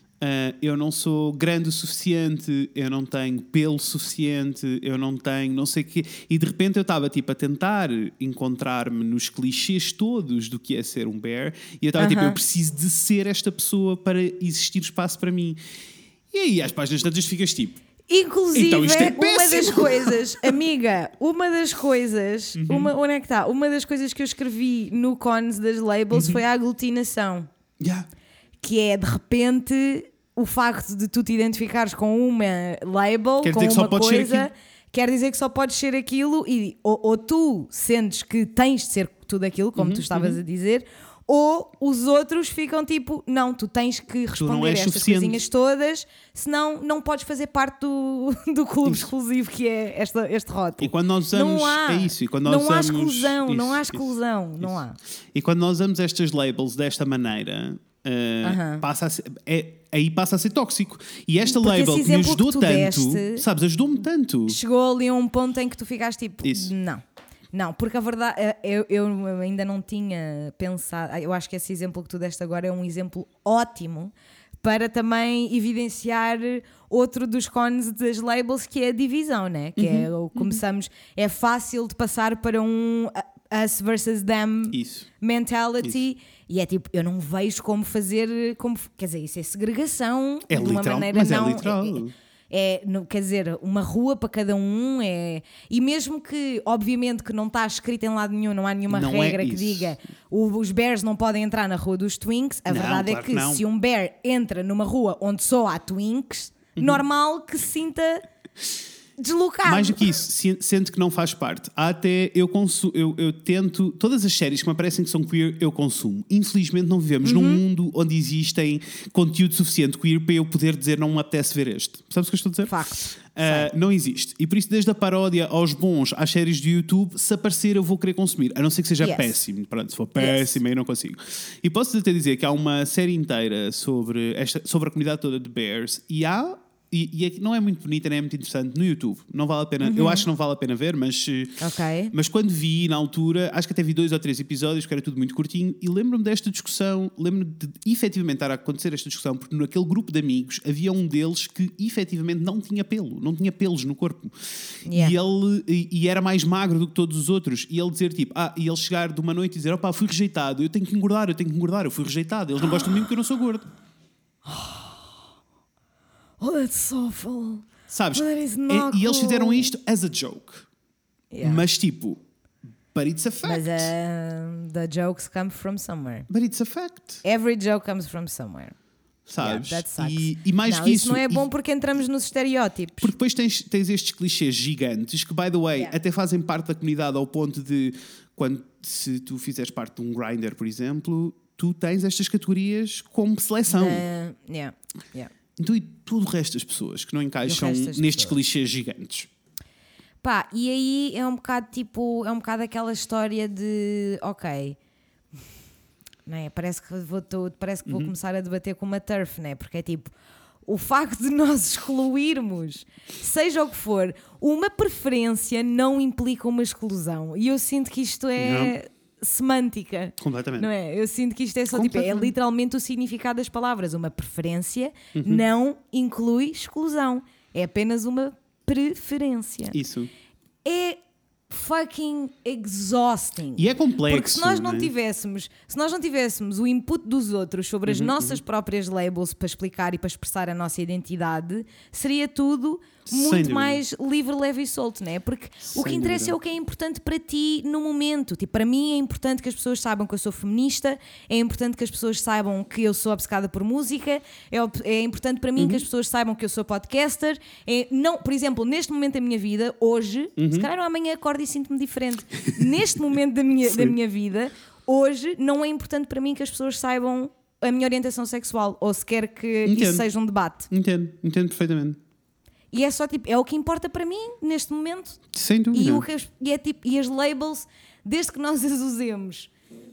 Eu não sou grande o suficiente, eu não tenho pelo suficiente, eu não tenho não sei o quê. E de repente eu estava tipo a tentar encontrar-me nos clichês todos do que é ser um bear. E eu estava tipo, eu preciso de ser esta pessoa para existir espaço para mim. E aí às páginas tantas ficas tipo... Inclusive, então, isto é uma das péssimo. coisas, amiga, uma das coisas, onde é que está? Uma das coisas que eu escrevi no Cons das labels foi a aglutinação. Yeah. Que é, de repente, o facto de tu te identificares com uma label, Quer com dizer que só uma podes ser coisa, aquilo. quer dizer que só podes ser aquilo e ou tu sentes que tens de ser tudo aquilo, como tu estavas a dizer, ou os outros ficam tipo, não, tu tens que responder a és estas suficiente. coisinhas todas, senão não podes fazer parte do clube exclusivo que é este rótulo. E quando nós usamos... Não há, É isso. E quando nós não há usamos, exclusão, isso, não há isso, exclusão, isso. não há. E quando nós usamos estas labels desta maneira... passa a ser, aí passa a ser tóxico. E esta Porque label esse que me exemplo ajudou que tu tanto, deste- sabes, ajudou-me tanto. Chegou ali a um ponto em que tu ficaste tipo, Isso. não, porque a verdade, eu ainda não tinha pensado, eu acho que esse exemplo que tu deste agora é um exemplo ótimo para também evidenciar outro dos cons das labels, que é a divisão, né? Que é começamos, é fácil de passar para um us versus them Isso. mentality. E é tipo, eu não vejo como fazer, quer dizer, isso é segregação É de uma literal, maneira mas é não... literal. Quer dizer, uma rua para cada um e mesmo que, obviamente, que não está escrito em lado nenhum, não há nenhuma Não é regra que isso. diga os bears não podem entrar na rua dos twinks. A Não, verdade claro é que que não. se um bear entra numa rua onde só há twinks, normal que se sinta deslocado. Mais do que isso, sente que não faz parte. Há até eu tento, todas as séries que me aparecem que são queer, eu consumo. Infelizmente não vivemos num mundo onde existem conteúdo suficiente queer para eu poder dizer não me apetece ver este. Sabes o que eu estou a dizer? Facto. Não existe. E por isso, desde a paródia aos bons, às séries de YouTube, se aparecer eu vou querer consumir. A não ser que seja Yes. péssimo. Pronto, se for péssimo aí não consigo. E posso até dizer que há uma série inteira sobre a comunidade toda de bears e há... E não é muito bonita, nem é muito interessante no YouTube. Não vale a pena. Eu acho que não vale a pena ver, mas quando vi na altura, acho que até vi 2 ou 3 episódios, que era tudo muito curtinho, e lembro-me desta discussão, lembro-me de efetivamente estar a acontecer esta discussão, porque naquele grupo de amigos havia um deles que efetivamente não tinha pelo, não tinha pelos no corpo. Yeah. E era mais magro do que todos os outros. E ele dizer tipo, e ele chegar de uma noite e dizer, opá, fui rejeitado, eu tenho que engordar, eu fui rejeitado, eles não gostam de mim porque eu não sou gordo. Oh, that's awful. Sabes? That is not E eles cool. fizeram isto as a joke. Yeah. Mas tipo, but it's a fact. Mas the jokes come from somewhere. But it's a fact. Every joke comes from somewhere. Sabes? Yeah, that sucks. E mais Não, que isso isso. não é bom porque entramos nos estereótipos. Porque depois tens estes clichês gigantes que, by the way, Yeah. até fazem parte da comunidade ao ponto de se tu fizeres parte de um Grindr, por exemplo, tu tens estas categorias como seleção. Yeah. Então, e todo o resto das pessoas que não encaixam resto das nestes pessoas. clichês gigantes. Pá, e aí é um bocado aquela história de ok, não é? Parece que vou começar a debater com uma turf, não é? Porque é tipo, o facto de nós excluirmos, seja o que for, uma preferência não implica uma exclusão. E eu sinto que isto é semântica. Completamente. Não é? Eu sinto que isto é só tipo, é Completamente. literalmente o significado das palavras. Uma preferência não inclui exclusão. É apenas uma preferência. Isso. É fucking exhausting. E é complexo. Porque se nós não é? tivéssemos o input dos outros sobre as nossas próprias labels para explicar e para expressar a nossa identidade, seria tudo Sem muito dúvida. mais livre, leve e solto, não é? Porque o que Sem interessa dúvida. é o que é importante para ti no momento. Tipo, para mim é importante que as pessoas saibam que eu sou feminista, é importante que as pessoas saibam que eu sou obcecada por música, é importante para mim que as pessoas saibam que eu sou podcaster. Por exemplo, neste momento da minha vida, hoje, se calhar amanhã acordo e sinto-me diferente. Neste momento da minha vida, hoje, não é importante para mim que as pessoas saibam a minha orientação sexual ou sequer que Entendo. isso seja um debate. Entendo perfeitamente. E é só tipo, é o que importa para mim neste momento. Sem dúvida. E as labels, desde que nós as usemos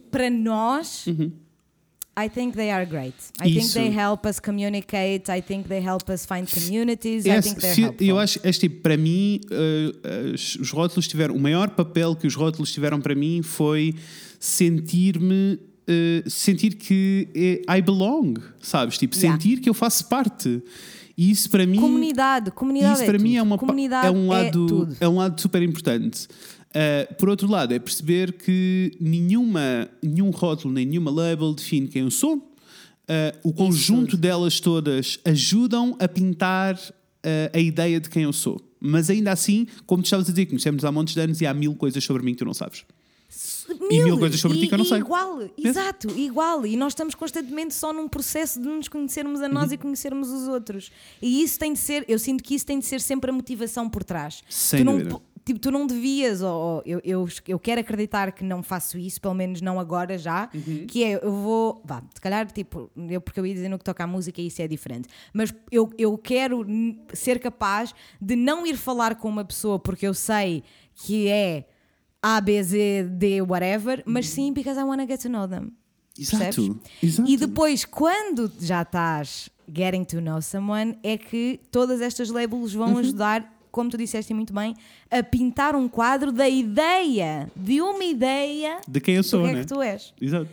para nós, I think they are great. I think they help us communicate. I think they help us find communities. I think they're helpful. Eu acho que para mim os rótulos tiveram o maior papel que os rótulos tiveram para mim foi sentir que I belong, sabes? Tipo, sentir que eu faço parte. E isso para mim comunidade isso para mim comunidade é um lado super importante. Por outro lado, é perceber que nenhum rótulo, nem nenhuma label define quem eu sou. O conjunto delas todas ajudam a pintar a ideia de quem eu sou. Mas ainda assim, como tu estavas a dizer, conhecemos há montes de anos e há 1000 coisas sobre mim que tu não sabes. E 1000 coisas sobre ti que eu não sei. Igual. E nós estamos constantemente só num processo de nos conhecermos a nós e conhecermos os outros. E isso tem de ser, eu sinto que isso tem de ser sempre a motivação por trás. Sem dúvida. Tu não devias, ou eu quero acreditar que não faço isso, pelo menos não agora já, que é, eu vou, se calhar, porque eu ia dizer no que toca à música isso é diferente, mas eu quero ser capaz de não ir falar com uma pessoa porque eu sei que é A, B, Z, D, whatever, mas sim because I want to get to know them. Exato. E depois, quando já estás getting to know someone, é que todas estas labels vão ajudar, como tu disseste muito bem, a pintar um quadro de uma ideia de quem eu sou, do que é que tu és. Exato.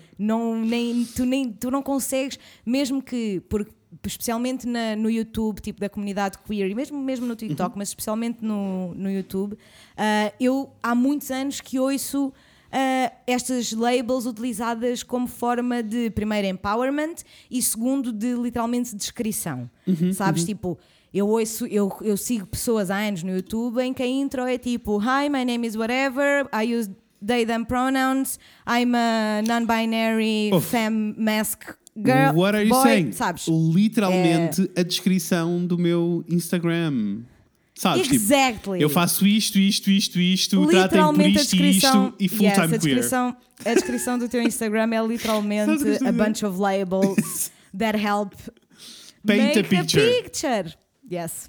Tu não consegues, mesmo que, especialmente no YouTube, tipo da comunidade queer, e mesmo no TikTok, mas especialmente no YouTube, eu há muitos anos que ouço estas labels utilizadas como forma de, primeiro, empowerment e segundo, de literalmente descrição. Sabes, tipo, eu sigo pessoas há anos no YouTube em que a intro é tipo Hi, my name is whatever, I use they, them pronouns, I'm a non-binary femme mask girl. What are you saying? Sabes? Literalmente a descrição do meu Instagram. Sabes? Exactly. Tipo, eu faço isto, tratem por isto e isto e full-time queer. A descrição do teu Instagram é literalmente a bunch of labels that help paint make a picture. Yes.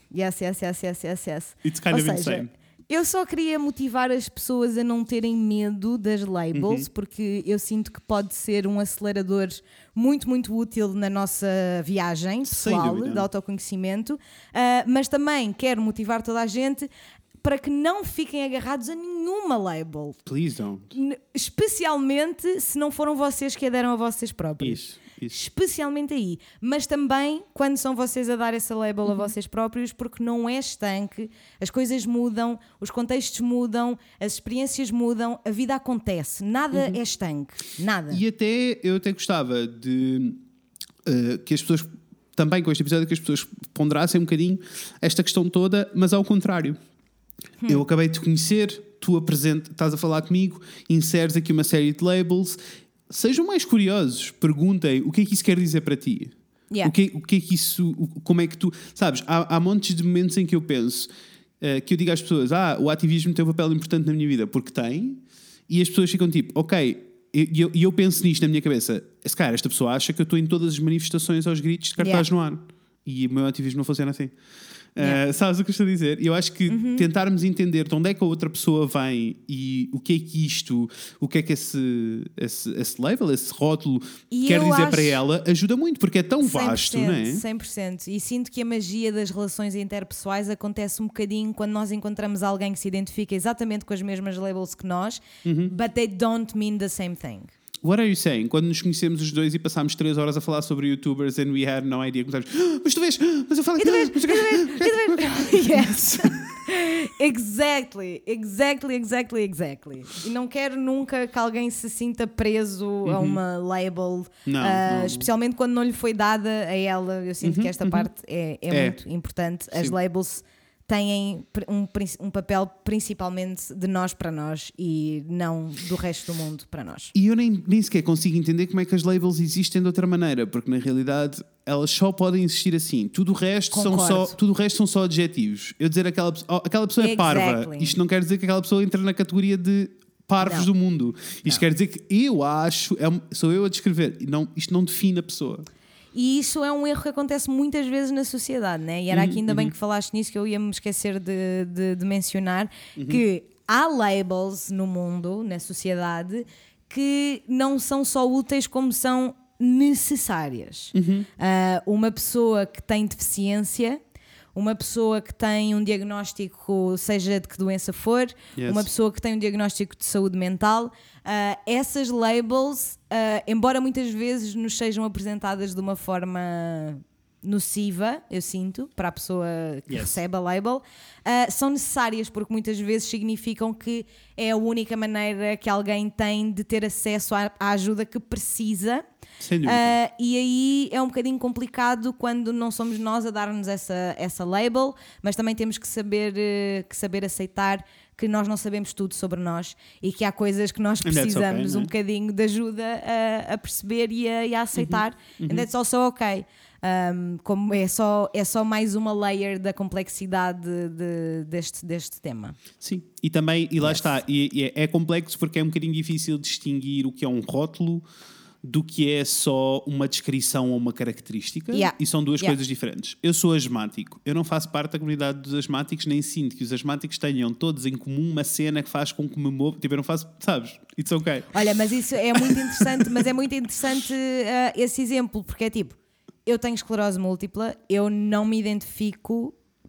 It's kind of insane. Eu só queria motivar as pessoas a não terem medo das labels, porque eu sinto que pode ser um acelerador muito, muito útil na nossa viagem pessoal de autoconhecimento, mas também quero motivar toda a gente para que não fiquem agarrados a nenhuma label. Please don't. Especialmente se não foram vocês que a deram a vocês próprios. Isso. Especialmente aí, mas também quando são vocês a dar essa label a vocês próprios, porque não é estanque, as coisas mudam, os contextos mudam, as experiências mudam, a vida acontece, nada é estanque, nada. E eu até gostava de que as pessoas, também com este episódio, que as pessoas ponderassem um bocadinho esta questão toda, mas ao contrário. Eu acabei de te conhecer, tu estás a falar comigo, inseres aqui uma série de labels. Sejam mais curiosos, perguntem o que é que isso quer dizer para ti. O que é que isso, como é que tu, sabes, há montes de momentos em que eu penso, que eu digo às pessoas, o ativismo tem um papel importante na minha vida, porque tem, e as pessoas ficam tipo, ok, e eu penso nisto na minha cabeça, se calhar esta pessoa acha que eu estou em todas as manifestações aos gritos de cartaz no ar, e o meu ativismo não funciona assim. Sabes o que eu estou a dizer? Eu acho que tentarmos entender de onde é que a outra pessoa vem e o que é que isto, o que é que esse label, esse rótulo quer dizer para ela, ajuda muito, porque é tão vasto, não é? 100%. E sinto que a magia das relações interpessoais acontece um bocadinho quando nós encontramos alguém que se identifica exatamente com as mesmas labels que nós, but they don't mean the same thing. What are you saying? Quando nos conhecemos os dois e passámos 3 horas a falar sobre youtubers and we had no idea, começámos, mas tu vês, mas eu falo aqui, Yes. Exactly. E não quero nunca que alguém se sinta preso a uma label, não. especialmente quando não lhe foi dada a ela. Eu sinto que esta parte é muito importante. As labels têm um papel principalmente de nós para nós e não do resto do mundo para nós. E eu nem sequer consigo entender como é que as labels existem de outra maneira, porque na realidade elas só podem existir assim. Tudo o resto são só adjetivos. Eu dizer aquela pessoa é parva, isto não quer dizer que aquela pessoa entra na categoria de parvos do mundo. Isto quer dizer que eu acho, sou eu a descrever, isto não define a pessoa. E isso é um erro que acontece muitas vezes na sociedade, né? E era aqui ainda bem que falaste nisso, que eu ia me esquecer de mencionar, que há labels no mundo, na sociedade, que não são só úteis como são necessárias. Uma pessoa que tem deficiência, uma pessoa que tem um diagnóstico, seja de que doença for, uma pessoa que tem um diagnóstico de saúde mental, essas labels, embora muitas vezes nos sejam apresentadas de uma forma nociva, eu sinto, para a pessoa que recebe a label, são necessárias porque muitas vezes significam que é a única maneira que alguém tem de ter acesso à ajuda que precisa. Sem dúvida. E aí é um bocadinho complicado quando não somos nós a dar-nos essa label, mas também temos que saber aceitar que nós não sabemos tudo sobre nós e que há coisas que nós precisamos um bocadinho de ajuda a perceber e a aceitar. And that's also okay. Como é só mais uma layer da complexidade deste tema. Sim, e também, e lá está, é complexo porque é um bocadinho difícil distinguir o que é um rótulo do que é só uma descrição ou uma característica, e são duas coisas diferentes. Eu sou asmático, eu não faço parte da comunidade dos asmáticos, nem sinto que os asmáticos tenham todos em comum uma cena que faz com que me mova, tipo, eu não faço, sabes? It's okay. Olha, mas isso é muito interessante, mas é muito interessante esse exemplo, porque é tipo, eu tenho esclerose múltipla, eu não me identifico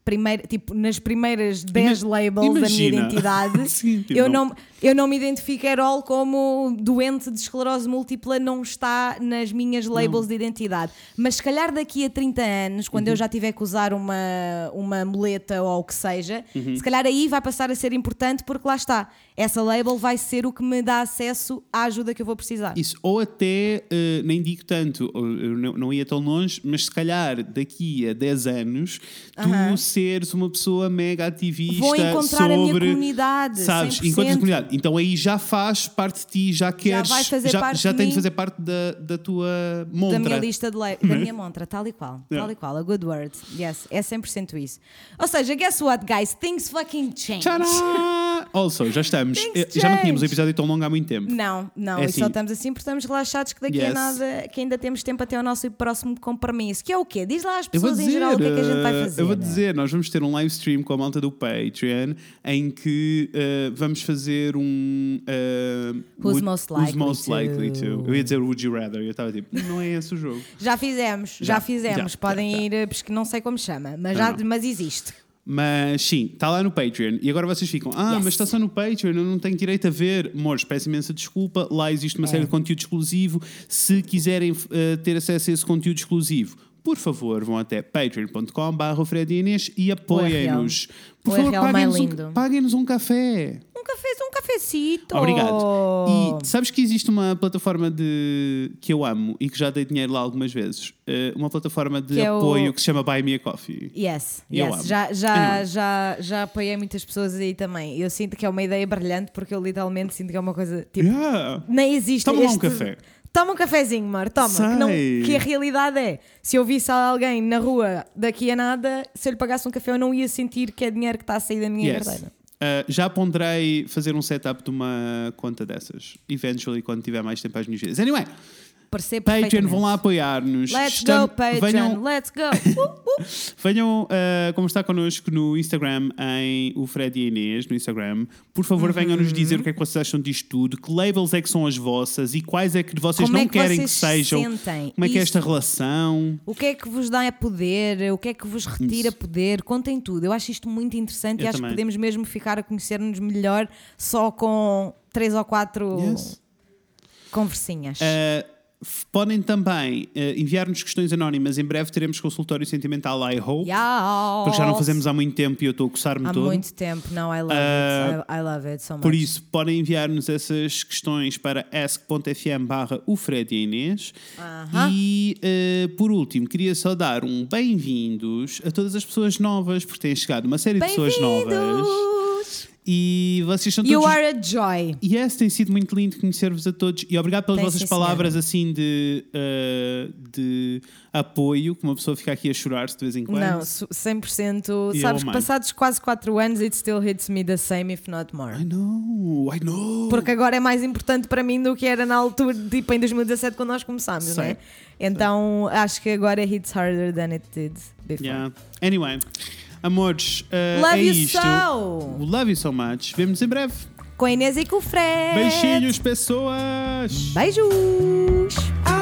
nas primeiras 10 labels da minha identidade. Sim, tipo, eu não me identifico at all como doente de esclerose múltipla, não está nas minhas labels de identidade. Mas se calhar daqui a 30 anos, quando eu já tiver que usar uma muleta ou o que seja, se calhar aí vai passar a ser importante, porque lá está, essa label vai ser o que me dá acesso à ajuda que eu vou precisar. Isso, ou até, nem digo tanto, eu não ia tão longe, mas se calhar daqui a 10 anos tu seres uma pessoa mega ativista, vou encontrar a minha comunidade, sabes, 100%. enquanto a comunidade, então aí já faz parte de ti, já queres, já tem de fazer parte da tua montra, da minha lista da minha montra, tal e qual, a good word, yes, é 100% isso. Ou seja, guess what, guys, things fucking change. Tcharam! Also, já estamos, já não tínhamos um episódio tão longo há muito tempo. Não, é e assim. só estamos assim porque estamos relaxados que daqui a nada, que ainda temos tempo até ao nosso próximo compromisso, que é o quê? Diz lá às pessoas em geral o que é que a gente vai fazer. Eu vou dizer, nós vamos ter um live stream com a malta do Patreon em que vamos fazer um Who's most likely to. Eu ia dizer Would You Rather, eu estava tipo, não é esse o jogo. Já fizemos. Podem ir, porque não sei como chama, mas existe. Mas sim, está lá no Patreon. E agora vocês ficam, mas está só no Patreon, eu não tenho direito a ver. Amores, peço imensa desculpa. Lá existe uma série de conteúdo exclusivo. Se quiserem ter acesso a esse conteúdo exclusivo, por favor, vão até patreon.com/Fred e Inês e apoiem-nos. Por favor, paguem-nos um café. Um cafecito. Obrigado. E sabes que existe uma plataforma que eu amo e que já dei dinheiro lá algumas vezes. Uma plataforma de apoio que se chama Buy Me a Coffee. Yes. Já apoiei muitas pessoas aí também. Eu sinto que é uma ideia brilhante porque eu literalmente sinto que é uma coisa tipo. Nem existe. Toma lá um café. Toma um cafezinho, Mar, toma. Que a realidade é, se eu visse alguém na rua daqui a nada, se eu lhe pagasse um café eu não ia sentir que é dinheiro que está a sair da minha carteira. Já ponderei fazer um setup de uma conta dessas, eventually, quando tiver mais tempo às minhas vidas. Anyway, Patreon, vão lá apoiar-nos. Let's go, Patreon, let's go. Venham conversar connosco no Instagram, em o Fred e Inês, no Instagram. Por favor, venham-nos dizer o que é que vocês acham disto tudo, que labels é que são as vossas e quais é que vocês não querem que sejam. Como é que é esta relação? O que é que vos dá a poder? O que é que vos retira poder? Contem tudo. Eu acho isto muito interessante e acho que podemos mesmo ficar a conhecer-nos melhor só com 3 ou 4 conversinhas. Podem também enviar-nos questões anónimas. Em breve teremos consultório sentimental, I hope. Porque já não fazemos há muito tempo e eu estou a coçar-me todo. Há muito tempo, não, I love it. I love it so much. Por isso, podem enviar-nos essas questões para ask.fm/o-Fred e a Inês. E, por último, queria só dar um bem-vindos a todas as pessoas novas, porque têm chegado uma série de pessoas novas. E vocês são todos... You are a joy. Yes, tem sido muito lindo conhecer-vos a todos. E obrigado pelas vossas palavras assim de apoio, que uma pessoa fica aqui a chorar-se de vez em quando. Não, 100%. Sabes que passados quase 4 anos, it still hits me the same, if not more. I know. Porque agora é mais importante para mim do que era na altura, tipo em 2017, quando nós começámos, não é? Então acho que agora hits harder than it did before. Anyway, amores, love é you isto. so. Love you so much. Vemo-nos em breve. com a Inês e com o Fred. Beijinhos, pessoas! Beijos!